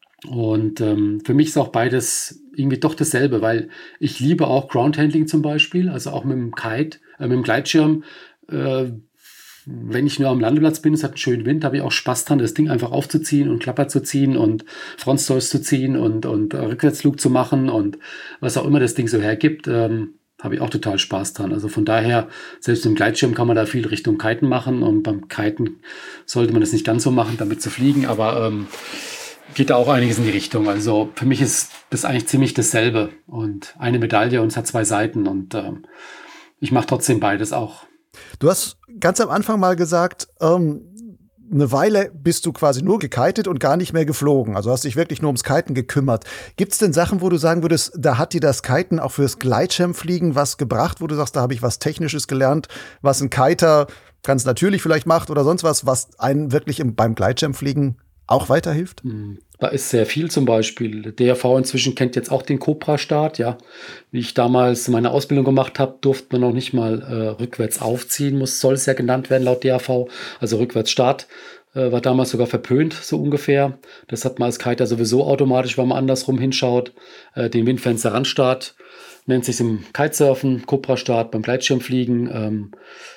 Und ähm, für mich ist auch beides irgendwie doch dasselbe, weil ich liebe auch Groundhandling zum Beispiel, also auch mit dem Kite, äh, mit dem Gleitschirm. Äh, wenn ich nur am Landeplatz bin, es hat einen schönen Wind, habe ich auch Spaß dran, das Ding einfach aufzuziehen und Klapper zu ziehen und Frontstalls zu ziehen und, und äh, Rückwärtsflug zu machen und was auch immer das Ding so hergibt, ähm, habe ich auch total Spaß dran. Also von daher, selbst im Gleitschirm kann man da viel Richtung Kiten machen und beim Kiten sollte man das nicht ganz so machen, damit zu fliegen, aber ähm, geht da auch einiges in die Richtung. Also für mich ist das eigentlich ziemlich dasselbe und eine Medaille und es hat zwei Seiten und ähm, ich mache trotzdem beides auch. Du hast ganz am Anfang mal gesagt, ähm, eine Weile bist du quasi nur gekitet und gar nicht mehr geflogen. Also hast dich wirklich nur ums Kiten gekümmert. Gibt es denn Sachen, wo du sagen würdest, da hat dir das Kiten auch fürs Gleitschirmfliegen was gebracht, wo du sagst, da habe ich was Technisches gelernt, was ein Kiter ganz natürlich vielleicht macht oder sonst was, was einen wirklich im, beim Gleitschirmfliegen auch weiterhilft? Da ist sehr viel zum Beispiel. Der D R V inzwischen kennt jetzt auch den Cobra-Start. Ja. Wie ich damals meine Ausbildung gemacht habe, durfte man noch nicht mal äh, rückwärts aufziehen, muss, soll es ja genannt werden laut D R V. Also Rückwärtsstart äh, war damals sogar verpönt, so ungefähr. Das hat man als Kiter sowieso automatisch, wenn man andersrum hinschaut. Äh, den Windfenster-Randstart nennt sich im Kitesurfen, Cobra-Start beim Gleitschirmfliegen. Ähm,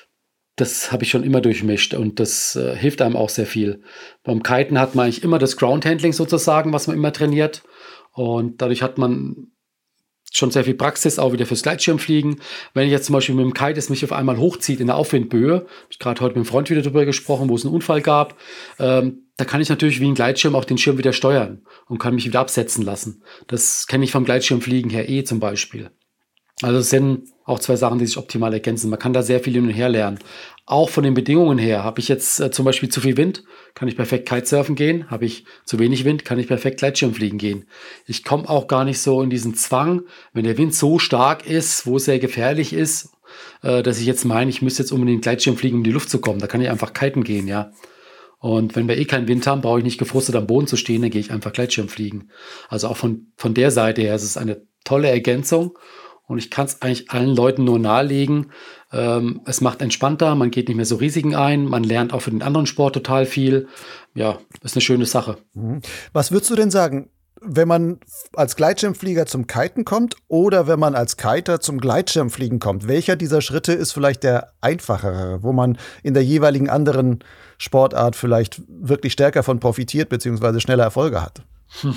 Das habe ich schon immer durchmischt und das äh, hilft einem auch sehr viel. Beim Kiten hat man eigentlich immer das Groundhandling sozusagen, was man immer trainiert. Und dadurch hat man schon sehr viel Praxis, auch wieder fürs Gleitschirmfliegen. Wenn ich jetzt zum Beispiel mit dem Kite es mich auf einmal hochzieht in der Aufwindböe, habe ich gerade heute mit dem Freund wieder darüber gesprochen, wo es einen Unfall gab, ähm, da kann ich natürlich wie ein Gleitschirm auch den Schirm wieder steuern und kann mich wieder absetzen lassen. Das kenne ich vom Gleitschirmfliegen her eh zum Beispiel. Also es sind auch zwei Sachen, die sich optimal ergänzen. Man kann da sehr viel hin und her lernen. Auch von den Bedingungen her. Habe ich jetzt äh, zum Beispiel zu viel Wind, kann ich perfekt Kitesurfen gehen. Habe ich zu wenig Wind, kann ich perfekt Gleitschirmfliegen gehen. Ich komme auch gar nicht so in diesen Zwang, wenn der Wind so stark ist, wo es sehr gefährlich ist, äh, dass ich jetzt meine, ich müsste jetzt unbedingt Gleitschirm fliegen, um in die Luft zu kommen. Da kann ich einfach kiten gehen, ja. Und wenn wir eh keinen Wind haben, brauche ich nicht gefrustet am Boden zu stehen, dann gehe ich einfach Gleitschirm fliegen. Also auch von, von der Seite her ist es eine tolle Ergänzung. Und ich kann es eigentlich allen Leuten nur nahelegen. Ähm, es macht entspannter, man geht nicht mehr so Risiken ein, man lernt auch für den anderen Sport total viel. Ja, ist eine schöne Sache. Was würdest du denn sagen, wenn man als Gleitschirmflieger zum Kiten kommt oder wenn man als Kiter zum Gleitschirmfliegen kommt? Welcher dieser Schritte ist vielleicht der einfachere, wo man in der jeweiligen anderen Sportart vielleicht wirklich stärker von profitiert bzw. schneller Erfolge hat? Hm.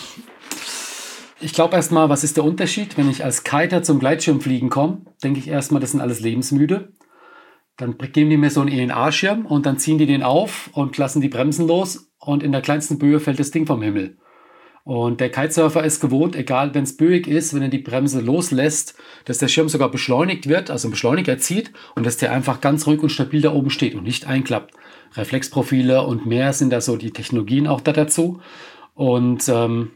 Ich glaube erstmal, was ist der Unterschied? Wenn ich als Kiter zum Gleitschirmfliegen komme, denke ich erstmal, das sind alles lebensmüde. Dann geben die mir so einen E N A-Schirm und dann ziehen die den auf und lassen die Bremsen los und in der kleinsten Böe fällt das Ding vom Himmel. Und der Kitesurfer ist gewohnt, egal wenn es böig ist, wenn er die Bremse loslässt, dass der Schirm sogar beschleunigt wird, also einen Beschleuniger zieht und dass der einfach ganz ruhig und stabil da oben steht und nicht einklappt. Reflexprofile und mehr sind da so die Technologien auch da dazu. Und ähm,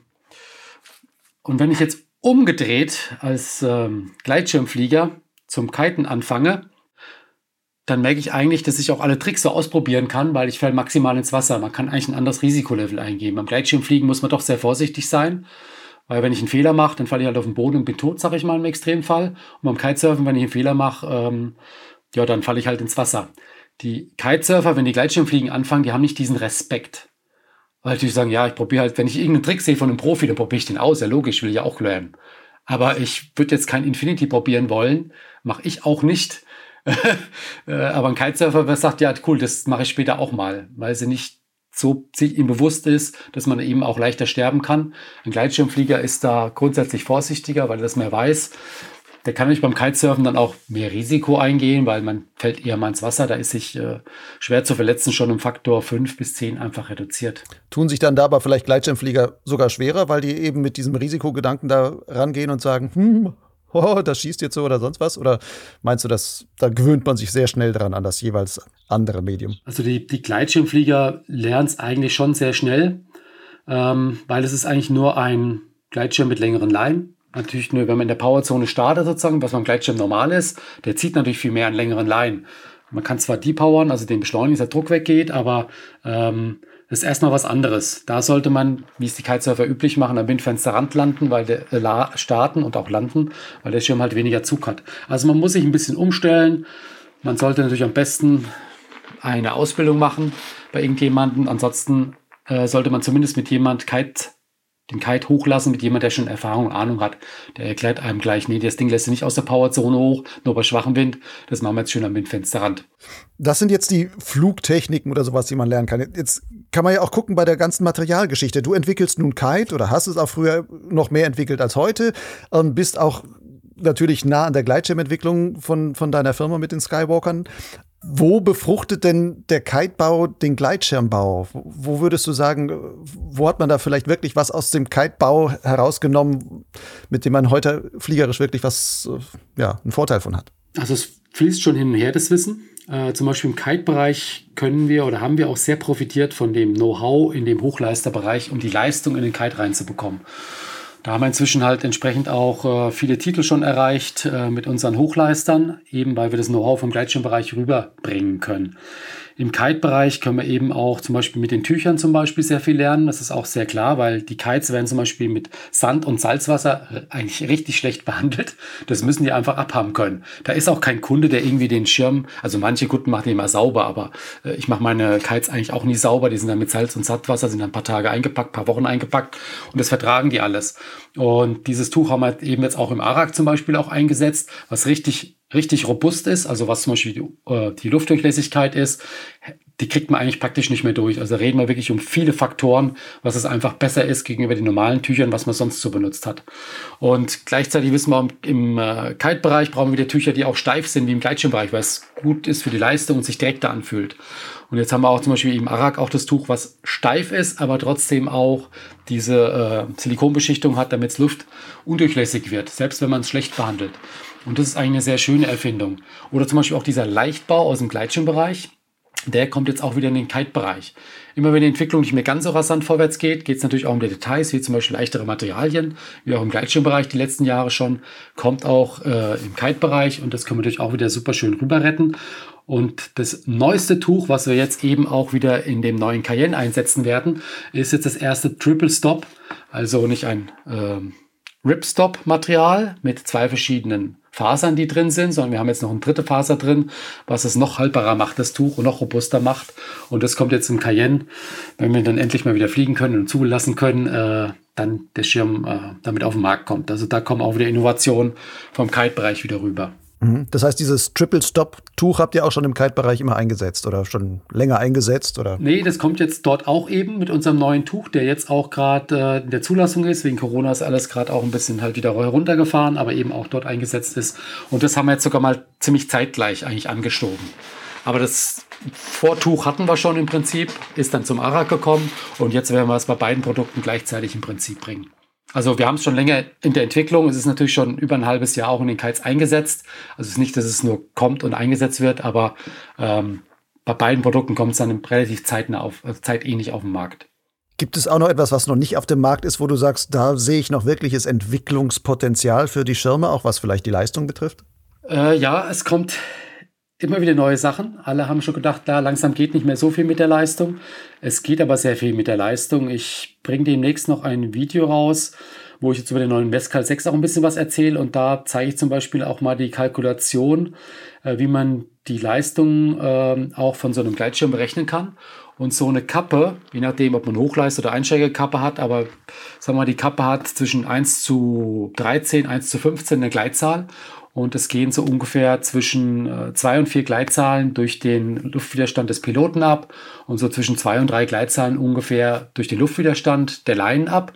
Und wenn ich jetzt umgedreht als ähm, Gleitschirmflieger zum Kiten anfange, dann merke ich eigentlich, dass ich auch alle Tricks so ausprobieren kann, weil ich falle maximal ins Wasser. Man kann eigentlich ein anderes Risikolevel eingehen. Beim Gleitschirmfliegen muss man doch sehr vorsichtig sein, weil wenn ich einen Fehler mache, dann falle ich halt auf den Boden und bin tot, sage ich mal im Extremfall. Und beim Kitesurfen, wenn ich einen Fehler mache, ähm, ja, dann falle ich halt ins Wasser. Die Kitesurfer, wenn die Gleitschirmfliegen anfangen, die haben nicht diesen Respekt. Weil natürlich sagen, ja, ich probiere halt, wenn ich irgendeinen Trick sehe von einem Profi, dann probiere ich den aus. Ja, logisch, will ich ja auch lernen. Aber ich würde jetzt kein Infinity probieren wollen. Mache ich auch nicht. Aber ein Kitesurfer, der sagt, ja, cool, das mache ich später auch mal. Weil sie nicht so sich ihm bewusst ist, dass man eben auch leichter sterben kann. Ein Gleitschirmflieger ist da grundsätzlich vorsichtiger, weil er das mehr weiß. Der kann natürlich beim Kitesurfen dann auch mehr Risiko eingehen, weil man fällt eher mal ins Wasser. Da ist sich äh, schwer zu verletzen schon um Faktor fünf bis zehn einfach reduziert. Tun sich dann da aber vielleicht Gleitschirmflieger sogar schwerer, weil die eben mit diesem Risikogedanken da rangehen und sagen, hm, oh, das schießt jetzt so oder sonst was? Oder meinst du, dass da gewöhnt man sich sehr schnell dran an das jeweils andere Medium? Also die, die Gleitschirmflieger lernen es eigentlich schon sehr schnell, ähm, weil es ist eigentlich nur ein Gleitschirm mit längeren Leinen. Natürlich nur, wenn man in der Powerzone startet sozusagen, was beim Gleitschirm normal ist, der zieht natürlich viel mehr an längeren Leinen. Man kann zwar depowern, also den beschleunigen, dass der Druck weggeht, aber ähm, Das ist erstmal was anderes. Da sollte man, wie es die Kitesurfer üblich machen, am Windfensterrand landen, weil der äh, la- starten und auch landen, weil der Schirm halt weniger Zug hat. Also man muss sich ein bisschen umstellen. Man sollte natürlich am besten eine Ausbildung machen bei irgendjemandem. Ansonsten äh, sollte man zumindest mit jemand Kite, den Kite hochlassen, mit jemand, der schon Erfahrung und Ahnung hat. Der erklärt einem gleich, nee, das Ding lässt du nicht aus der Powerzone hoch, nur bei schwachem Wind. Das machen wir jetzt schön am Windfensterrand. Das sind jetzt die Flugtechniken oder sowas, die man lernen kann. Jetzt kann man ja auch gucken bei der ganzen Materialgeschichte. Du entwickelst nun Kite oder hast es auch früher noch mehr entwickelt als heute und bist auch natürlich nah an der Gleitschirmentwicklung von, von deiner Firma mit den Skywalkern. Wo befruchtet denn der Kitebau den Gleitschirmbau? Wo würdest du sagen, wo hat man da vielleicht wirklich was aus dem Kitebau herausgenommen, mit dem man heute fliegerisch wirklich was, ja, einen Vorteil von hat? Also es fließt schon hin und her, das Wissen. Äh, zum Beispiel im Kite-Bereich können wir oder haben wir auch sehr profitiert von dem Know-how in dem Hochleisterbereich, um die Leistung in den Kite reinzubekommen. Da haben wir inzwischen halt entsprechend auch äh, viele Titel schon erreicht äh, mit unseren Hochleistern, eben weil wir das Know-how vom Gleitschirmbereich rüberbringen können. Im Kite-Bereich können wir eben auch zum Beispiel mit den Tüchern zum Beispiel sehr viel lernen. Das ist auch sehr klar, weil die Kites werden zum Beispiel mit Sand und Salzwasser eigentlich richtig schlecht behandelt. Das müssen die einfach abhaben können. Da ist auch kein Kunde, der irgendwie den Schirm, also manche Kunden machen den immer sauber, aber äh, ich mache meine Kites eigentlich auch nie sauber. Die sind dann mit Salz und Sandwasser, sind dann ein paar Tage eingepackt, ein paar Wochen eingepackt und das vertragen die alles. Und dieses Tuch haben wir eben jetzt auch im Arak zum Beispiel auch eingesetzt, was richtig richtig robust ist, also was zum Beispiel die, äh, die Luftdurchlässigkeit ist, die kriegt man eigentlich praktisch nicht mehr durch. Also reden wir wirklich um viele Faktoren, was es einfach besser ist gegenüber den normalen Tüchern, was man sonst so benutzt hat. Und gleichzeitig wissen wir, im äh, Kite-Bereich brauchen wir wieder Tücher, die auch steif sind, wie im Gleitschirmbereich, weil es gut ist für die Leistung und sich direkter anfühlt. Und jetzt haben wir auch zum Beispiel im Arak auch das Tuch, was steif ist, aber trotzdem auch diese äh, Silikonbeschichtung hat, damit es Luft undurchlässig wird, selbst wenn man es schlecht behandelt. Und das ist eigentlich eine sehr schöne Erfindung. Oder zum Beispiel auch dieser Leichtbau aus dem Gleitschirmbereich, der kommt jetzt auch wieder in den Kite-Bereich. Immer wenn die Entwicklung nicht mehr ganz so rasant vorwärts geht, geht es natürlich auch um die Details, wie zum Beispiel leichtere Materialien, wie auch im Gleitschirmbereich die letzten Jahre schon, kommt auch äh, im Kite-Bereich und das können wir natürlich auch wieder super schön rüber retten. Und das neueste Tuch, was wir jetzt eben auch wieder in dem neuen Cayenne einsetzen werden, ist jetzt das erste Triple Stop, also nicht ein äh, Ripstop-Material mit zwei verschiedenen Fasern, die drin sind, sondern wir haben jetzt noch eine dritte Faser drin, was es noch haltbarer macht, das Tuch, und noch robuster macht. Und das kommt jetzt im Cayenne, wenn wir dann endlich mal wieder fliegen können und zugelassen können, äh, dann der Schirm äh, damit auf den Markt kommt. Also da kommen auch wieder Innovationen vom Kite-Bereich wieder rüber. Das heißt, dieses Triple-Stop-Tuch habt ihr auch schon im Kite-Bereich immer eingesetzt oder schon länger eingesetzt? Oder? Nee, das kommt jetzt dort auch eben mit unserem neuen Tuch, der jetzt auch gerade äh, in der Zulassung ist. Wegen Corona ist alles gerade auch ein bisschen halt wieder runtergefahren, aber eben auch dort eingesetzt ist. Und das haben wir jetzt sogar mal ziemlich zeitgleich eigentlich angestoßen. Aber das Vortuch hatten wir schon im Prinzip, ist dann zum Arak gekommen und jetzt werden wir es bei beiden Produkten gleichzeitig im Prinzip bringen. Also wir haben es schon länger in der Entwicklung. Es ist natürlich schon über ein halbes Jahr auch in den Kites eingesetzt. Also es ist nicht, dass es nur kommt und eingesetzt wird, aber ähm, bei beiden Produkten kommt es dann relativ zeitnah auf, also zeitähnlich auf den Markt. Gibt es auch noch etwas, was noch nicht auf dem Markt ist, wo du sagst, da sehe ich noch wirkliches Entwicklungspotenzial für die Schirme, auch was vielleicht die Leistung betrifft? Äh, ja, es kommt immer wieder neue Sachen. Alle haben schon gedacht, da langsam geht nicht mehr so viel mit der Leistung. Es geht aber sehr viel mit der Leistung. Ich bringe demnächst noch ein Video raus, wo ich jetzt über den neuen Mezcal sechs auch ein bisschen was erzähle. Und da zeige ich zum Beispiel auch mal die Kalkulation, äh, wie man die Leistung äh, auch von so einem Gleitschirm berechnen kann. Und so eine Kappe, je nachdem, ob man Hochleist- oder Einsteigerkappe hat, aber sagen wir mal, die Kappe hat zwischen eins zu dreizehn, eins zu fünfzehn eine Gleitzahl. Und es gehen so ungefähr zwischen äh, zwei und vier Gleitzahlen durch den Luftwiderstand des Piloten ab und so zwischen zwei und drei Gleitzahlen ungefähr durch den Luftwiderstand der Leinen ab.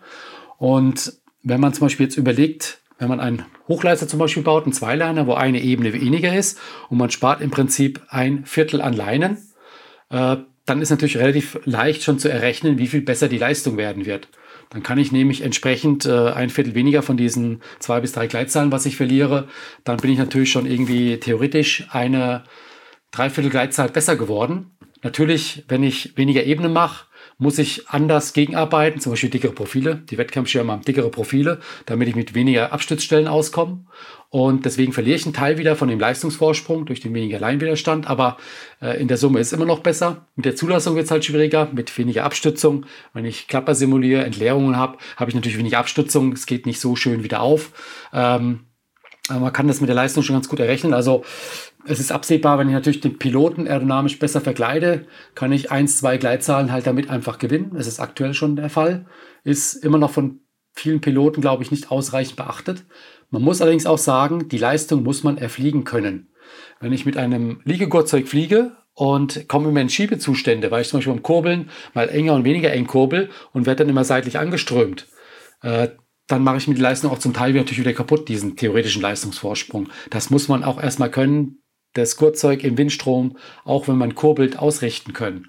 Und wenn man zum Beispiel jetzt überlegt, wenn man einen Hochleister zum Beispiel baut, einen Zweiliner, wo eine Ebene weniger ist und man spart im Prinzip ein Viertel an Leinen, äh, dann ist natürlich relativ leicht schon zu errechnen, wie viel besser die Leistung werden wird. Dann kann ich nämlich entsprechend äh, ein Viertel weniger von diesen zwei bis drei Gleitzahlen, was ich verliere. Dann bin ich natürlich schon irgendwie theoretisch eine Dreiviertel Gleitzahl besser geworden. Natürlich, wenn ich weniger Ebene mache, muss ich anders gegenarbeiten, zum Beispiel dickere Profile. Die Wettkampfschirme haben dickere Profile, damit ich mit weniger Abstützstellen auskomme. Und deswegen verliere ich einen Teil wieder von dem Leistungsvorsprung durch den weniger Leinwiderstand. Aber äh, in der Summe ist es immer noch besser. Mit der Zulassung wird es halt schwieriger, mit weniger Abstützung. Wenn ich Klapper simuliere, Entleerungen habe, habe ich natürlich weniger Abstützung. Es geht nicht so schön wieder auf. Ähm, aber man kann das mit der Leistung schon ganz gut errechnen. Also es ist absehbar, wenn ich natürlich den Piloten aerodynamisch besser verkleide, kann ich eins, zwei Gleitzahlen halt damit einfach gewinnen. Das ist aktuell schon der Fall. Ist immer noch von vielen Piloten, glaube ich, nicht ausreichend beachtet. Man muss allerdings auch sagen, die Leistung muss man erfliegen können. Wenn ich mit einem Liegegurtzeug fliege und komme immer in Schiebezustände, weil ich zum Beispiel beim Kurbeln mal enger und weniger eng kurbel und werde dann immer seitlich angeströmt, äh, dann mache ich mir die Leistung auch zum Teil natürlich wieder kaputt, diesen theoretischen Leistungsvorsprung. Das muss man auch erstmal können, das Gurtzeug im Windstrom, auch wenn man kurbelt, ausrichten können.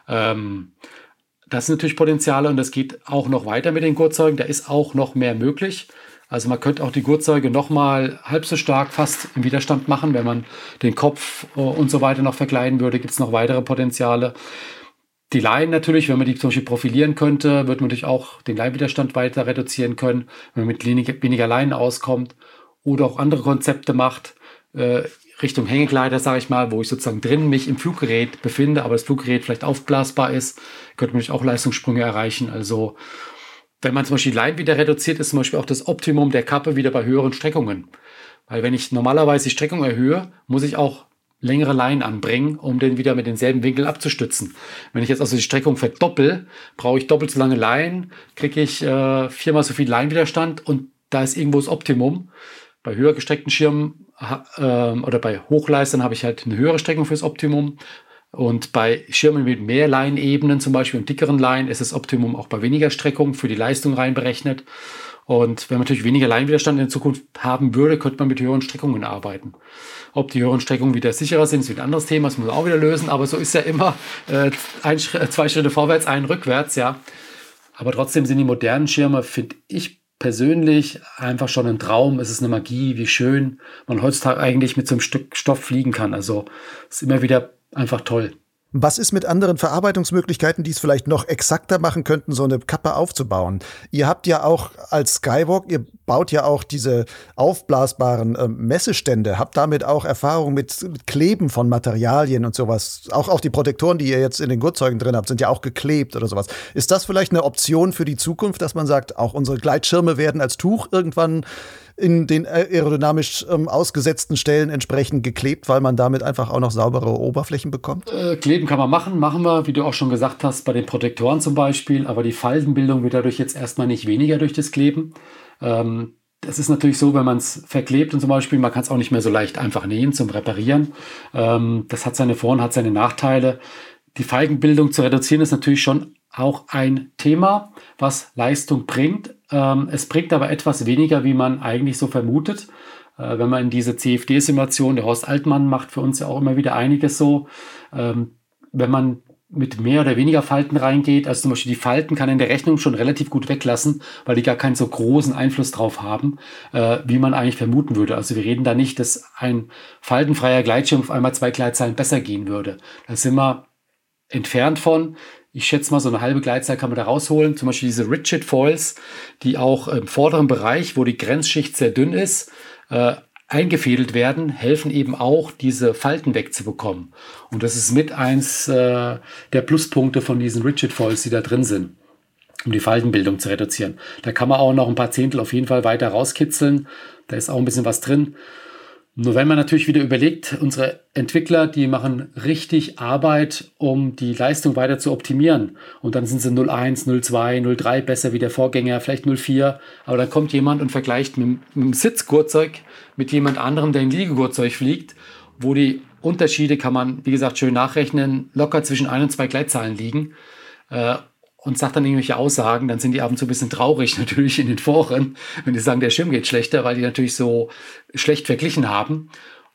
Ähm, das sind natürlich Potenziale und das geht auch noch weiter mit den Gurtzeugen. Da ist auch noch mehr möglich. Also man könnte auch die Gurtzeuge noch mal halb so stark fast im Widerstand machen, wenn man den Kopf äh, und so weiter noch verkleiden würde. Gibt es noch weitere Potenziale. Die Leinen natürlich, wenn man die zum Beispiel profilieren könnte, würde man natürlich auch den Leinwiderstand weiter reduzieren können, wenn man mit weniger, weniger Leinen auskommt oder auch andere Konzepte macht, äh, Richtung Hängegleiter, sage ich mal, wo ich sozusagen drin mich im Fluggerät befinde, aber das Fluggerät vielleicht aufblasbar ist, könnte man natürlich auch Leistungssprünge erreichen. Also wenn man zum Beispiel die Leinen wieder reduziert, ist zum Beispiel auch das Optimum der Kappe wieder bei höheren Streckungen. Weil wenn ich normalerweise die Streckung erhöhe, muss ich auch längere Leinen anbringen, um den wieder mit denselben Winkeln abzustützen. Wenn ich jetzt also die Streckung verdoppel, brauche ich doppelt so lange Leinen, kriege ich äh, viermal so viel Leinwiderstand und da ist irgendwo das Optimum. Bei höher gestreckten Schirmen äh, oder bei Hochleistern habe ich halt eine höhere Streckung fürs Optimum. Und bei Schirmen mit mehr Leinebenen, zum Beispiel und dickeren Leinen, ist das Optimum auch bei weniger Streckung für die Leistung reinberechnet. Und wenn man natürlich weniger Leinwiderstand in der Zukunft haben würde, könnte man mit höheren Streckungen arbeiten. Ob die höheren Streckungen wieder sicherer sind, ist wieder ein anderes Thema, das muss man auch wieder lösen. Aber so ist ja immer äh, ein, zwei Schritte vorwärts, einen rückwärts, ja. Aber trotzdem sind die modernen Schirme, finde ich persönlich, einfach schon ein Traum. Es ist eine Magie, wie schön man heutzutage eigentlich mit so einem Stück Stoff fliegen kann. Also es ist immer wieder einfach toll. Was ist mit anderen Verarbeitungsmöglichkeiten, die es vielleicht noch exakter machen könnten, so eine Kappe aufzubauen? Ihr habt ja auch als Skywalk, ihr baut ja auch diese aufblasbaren äh, Messestände, habt damit auch Erfahrung mit Kleben von Materialien und sowas. Auch, auch die Protektoren, die ihr jetzt in den Gurtzeugen drin habt, sind ja auch geklebt oder sowas. Ist das vielleicht eine Option für die Zukunft, dass man sagt, auch unsere Gleitschirme werden als Tuch irgendwann in den aerodynamisch ähm, ausgesetzten Stellen entsprechend geklebt, weil man damit einfach auch noch saubere Oberflächen bekommt? Äh, kleben kann man machen, machen wir, wie du auch schon gesagt hast, bei den Protektoren zum Beispiel, aber die Faltenbildung wird dadurch jetzt erstmal nicht weniger durch das Kleben. Ähm, das ist natürlich so, wenn man es verklebt und zum Beispiel, man kann es auch nicht mehr so leicht einfach nähen zum Reparieren. Ähm, das hat seine Vor- und hat seine Nachteile. Die Faltenbildung zu reduzieren ist natürlich schon auch ein Thema, was Leistung bringt. Ähm, es bringt aber etwas weniger, wie man eigentlich so vermutet. Äh, wenn man in diese C F D-Simulation, der Horst Altmann macht für uns ja auch immer wieder einiges so, ähm, wenn man mit mehr oder weniger Falten reingeht, also zum Beispiel die Falten kann in der Rechnung schon relativ gut weglassen, weil die gar keinen so großen Einfluss drauf haben, äh, wie man eigentlich vermuten würde. Also wir reden da nicht, dass ein faltenfreier Gleitschirm auf einmal zwei Gleitzeilen besser gehen würde. Da sind wir entfernt von. Ich schätze mal, so eine halbe Gleitzahl kann man da rausholen. Zum Beispiel diese Rigid Foils, die auch im vorderen Bereich, wo die Grenzschicht sehr dünn ist, äh, eingefädelt werden, helfen eben auch, diese Falten wegzubekommen. Und das ist mit eins äh, der Pluspunkte von diesen Rigid Foils, die da drin sind, um die Faltenbildung zu reduzieren. Da kann man auch noch ein paar Zehntel auf jeden Fall weiter rauskitzeln. Da ist auch ein bisschen was drin. Nur wenn man natürlich wieder überlegt, unsere Entwickler, die machen richtig Arbeit, um die Leistung weiter zu optimieren. Und dann sind sie null Komma eins, null Komma zwei, null Komma drei besser wie der Vorgänger, vielleicht null Komma vier. Aber dann kommt jemand und vergleicht mit, mit dem Sitzgurtzeug mit jemand anderem, der ein Liegegurtzeug fliegt, wo die Unterschiede, kann man, wie gesagt, schön nachrechnen, locker zwischen ein und zwei Gleitzahlen liegen. Äh, und sagt dann irgendwelche Aussagen, dann sind die ab und zu ein bisschen traurig natürlich in den Foren, wenn die sagen, der Schirm geht schlechter, weil die natürlich so schlecht verglichen haben.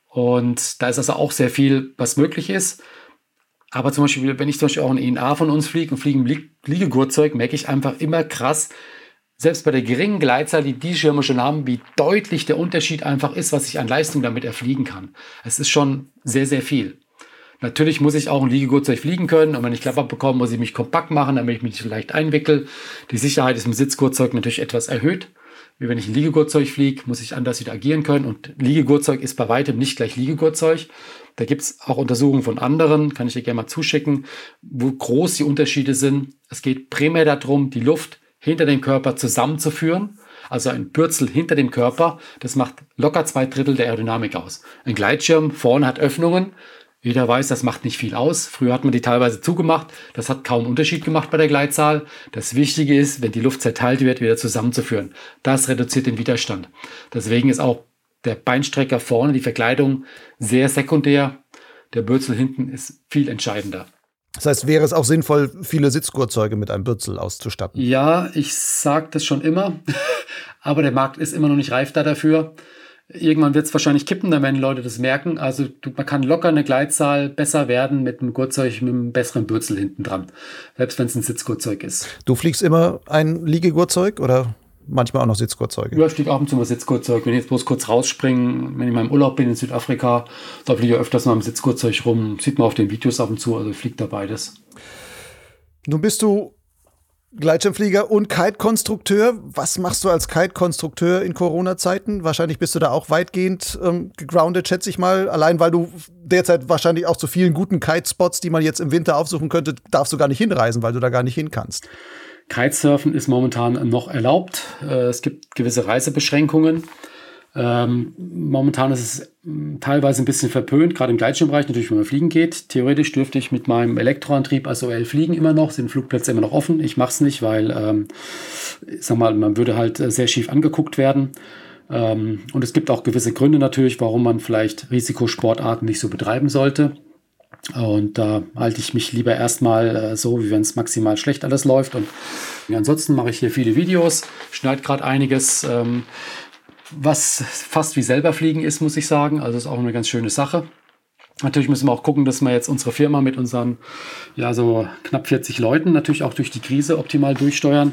Und da ist also auch sehr viel, was möglich ist. Aber zum Beispiel, wenn ich zum Beispiel auch ein E N A von uns fliege und fliege im Liegegurtzeug, merke ich einfach immer krass, selbst bei der geringen Gleitzahl, die die Schirme schon haben, wie deutlich der Unterschied einfach ist, was ich an Leistung damit erfliegen kann. Es ist schon sehr, sehr viel. Natürlich muss ich auch ein Liegegurtzeug fliegen können und wenn ich Klapp bekomme, muss ich mich kompakt machen, damit ich mich nicht so leicht einwickel. Die Sicherheit ist im Sitzgurtzeug natürlich etwas erhöht. Wie wenn ich ein Liegegurtzeug fliege, muss ich anders wieder agieren können und Liegegurtzeug ist bei weitem nicht gleich Liegegurtzeug. Da gibt es auch Untersuchungen von anderen, kann ich dir gerne mal zuschicken, wo groß die Unterschiede sind. Es geht primär darum, die Luft hinter dem Körper zusammenzuführen. Also ein Bürzel hinter dem Körper, das macht locker zwei Drittel der Aerodynamik aus. Ein Gleitschirm vorne hat Öffnungen. Jeder weiß, das macht nicht viel aus. Früher hat man die teilweise zugemacht. Das hat kaum Unterschied gemacht bei der Gleitzahl. Das Wichtige ist, wenn die Luft zerteilt wird, wieder zusammenzuführen. Das reduziert den Widerstand. Deswegen ist auch der Beinstrecker vorne, die Verkleidung, sehr sekundär. Der Bürzel hinten ist viel entscheidender. Das heißt, wäre es auch sinnvoll, viele Sitzgurtzeuge mit einem Bürzel auszustatten? Ja, ich sage das schon immer. Aber der Markt ist immer noch nicht reif da dafür. Irgendwann wird es wahrscheinlich kippen, dann werden die Leute das merken. Also du, man kann locker eine Gleitzahl besser werden mit einem Gurtzeug mit einem besseren Bürzel hinten dran. Selbst wenn es ein Sitzgurtzeug ist. Du fliegst immer ein Liegegurtzeug oder manchmal auch noch Sitzgurtzeuge? Ja, ich fliege ab und zu mal Sitzgurtzeug. Wenn ich jetzt bloß kurz rausspringe, wenn ich mal im Urlaub bin in Südafrika, da fliege ich öfters mal im Sitzgurtzeug rum. Sieht man auf den Videos ab und zu, also ich fliege da beides. Nun bist du Gleitschirmflieger und Kite-Konstrukteur. Was machst du als Kite-Konstrukteur in Corona-Zeiten? Wahrscheinlich bist du da auch weitgehend ähm, gegroundet, schätze ich mal. Allein weil du derzeit wahrscheinlich auch zu vielen guten Kite-Spots, die man jetzt im Winter aufsuchen könnte, darfst du gar nicht hinreisen, weil du da gar nicht hin kannst. Kitesurfen ist momentan noch erlaubt. Es gibt gewisse Reisebeschränkungen. Ähm, momentan ist es teilweise ein bisschen verpönt, gerade im Gleitschirmbereich, natürlich, wenn man fliegen geht. Theoretisch dürfte ich mit meinem Elektroantrieb als O L fliegen immer noch, sind Flugplätze immer noch offen. Ich mache es nicht, weil ähm, ich sag mal, man würde halt sehr schief angeguckt werden. Ähm, und es gibt auch gewisse Gründe natürlich, warum man vielleicht Risikosportarten nicht so betreiben sollte. Und da äh, halte ich mich lieber erstmal äh, so, wie wenn es maximal schlecht alles läuft. Und ja, ansonsten mache ich hier viele Videos, schneide gerade einiges, ähm, was fast wie selber fliegen ist, muss ich sagen. Also ist auch eine ganz schöne Sache. Natürlich müssen wir auch gucken, dass wir jetzt unsere Firma mit unseren ja so knapp vierzig Leuten natürlich auch durch die Krise optimal durchsteuern.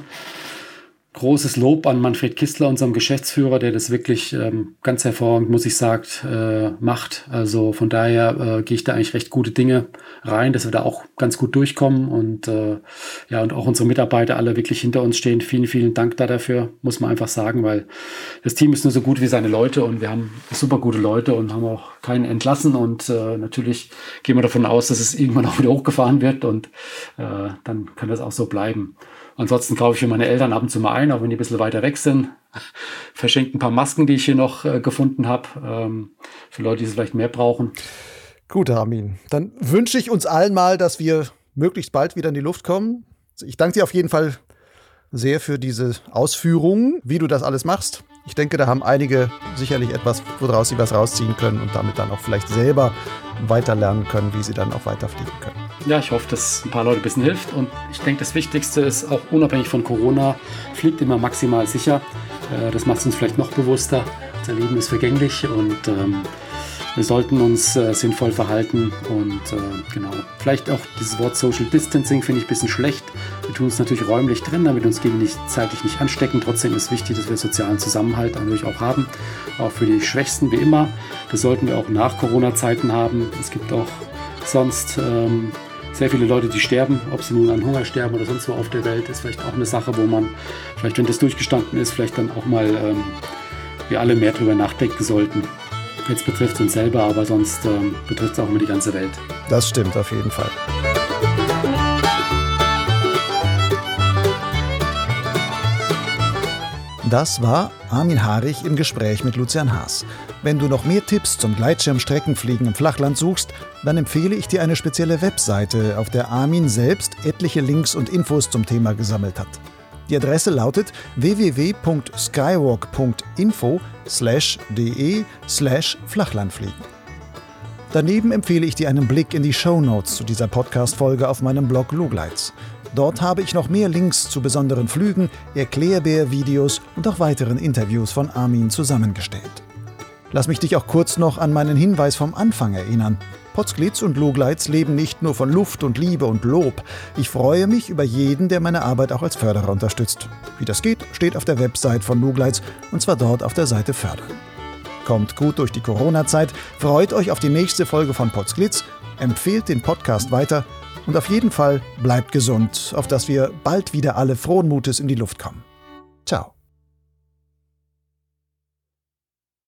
Großes Lob an Manfred Kistler, unserem Geschäftsführer, der das wirklich ähm, ganz hervorragend, muss ich sagen, äh, macht. Also von daher äh, gehe ich da eigentlich recht gute Dinge rein, dass wir da auch ganz gut durchkommen und äh, ja und auch unsere Mitarbeiter alle wirklich hinter uns stehen. Vielen, vielen Dank da dafür, muss man einfach sagen, weil das Team ist nur so gut wie seine Leute und wir haben super gute Leute und haben auch keinen entlassen und äh, natürlich gehen wir davon aus, dass es irgendwann auch wieder hochgefahren wird und äh, dann kann das auch so bleiben. Ansonsten kaufe ich für meine Eltern ab und zu mal ein, auch wenn die ein bisschen weiter weg sind. Verschenke ein paar Masken, die ich hier noch äh, gefunden habe, ähm, für Leute, die es vielleicht mehr brauchen. Gut, Armin. Dann wünsche ich uns allen mal, dass wir möglichst bald wieder in die Luft kommen. Ich danke dir auf jeden Fall sehr für diese Ausführungen, wie du das alles machst. Ich denke, da haben einige sicherlich etwas, woraus sie was rausziehen können und damit dann auch vielleicht selber weiterlernen können, wie sie dann auch weiterfliegen können. Ja, ich hoffe, dass ein paar Leute ein bisschen hilft. Und ich denke, das Wichtigste ist auch unabhängig von Corona, fliegt immer maximal sicher. Das macht es uns vielleicht noch bewusster. Unser Leben ist vergänglich und ähm, wir sollten uns äh, sinnvoll verhalten. Und äh, genau, vielleicht auch dieses Wort Social Distancing finde ich ein bisschen schlecht. Wir tun es natürlich räumlich drin, damit wir uns gegenseitig nicht anstecken. Trotzdem ist wichtig, dass wir sozialen Zusammenhalt natürlich auch haben. Auch für die Schwächsten wie immer. Das sollten wir auch nach Corona-Zeiten haben. Es gibt auch sonst ähm, sehr viele Leute, die sterben, ob sie nun an Hunger sterben oder sonst wo auf der Welt, ist vielleicht auch eine Sache, wo man vielleicht, wenn das durchgestanden ist, vielleicht dann auch mal ähm, wir alle mehr drüber nachdenken sollten. Jetzt betrifft es uns selber, aber sonst ähm, betrifft es auch immer die ganze Welt. Das stimmt auf jeden Fall. Das war Armin Harich im Gespräch mit Lucian Haas. Wenn du noch mehr Tipps zum Gleitschirmstreckenfliegen im Flachland suchst, dann empfehle ich dir eine spezielle Webseite, auf der Armin selbst etliche Links und Infos zum Thema gesammelt hat. Die Adresse lautet w w w punkt skywalk punkt info slash de slash flachlandfliegen. Daneben empfehle ich dir einen Blick in die Shownotes zu dieser Podcast-Folge auf meinem Blog Lugleitz. Dort habe ich noch mehr Links zu besonderen Flügen, Erklärbär-Videos und auch weiteren Interviews von Armin zusammengestellt. Lass mich dich auch kurz noch an meinen Hinweis vom Anfang erinnern. Potsglitz und Lugleitz leben nicht nur von Luft und Liebe und Lob. Ich freue mich über jeden, der meine Arbeit auch als Förderer unterstützt. Wie das geht, steht auf der Website von Lugleitz und zwar dort auf der Seite Fördern. Kommt gut durch die Corona-Zeit, freut euch auf die nächste Folge von Potsglitz, empfehlt den Podcast weiter und auf jeden Fall bleibt gesund, auf dass wir bald wieder alle frohen Mutes in die Luft kommen. Ciao.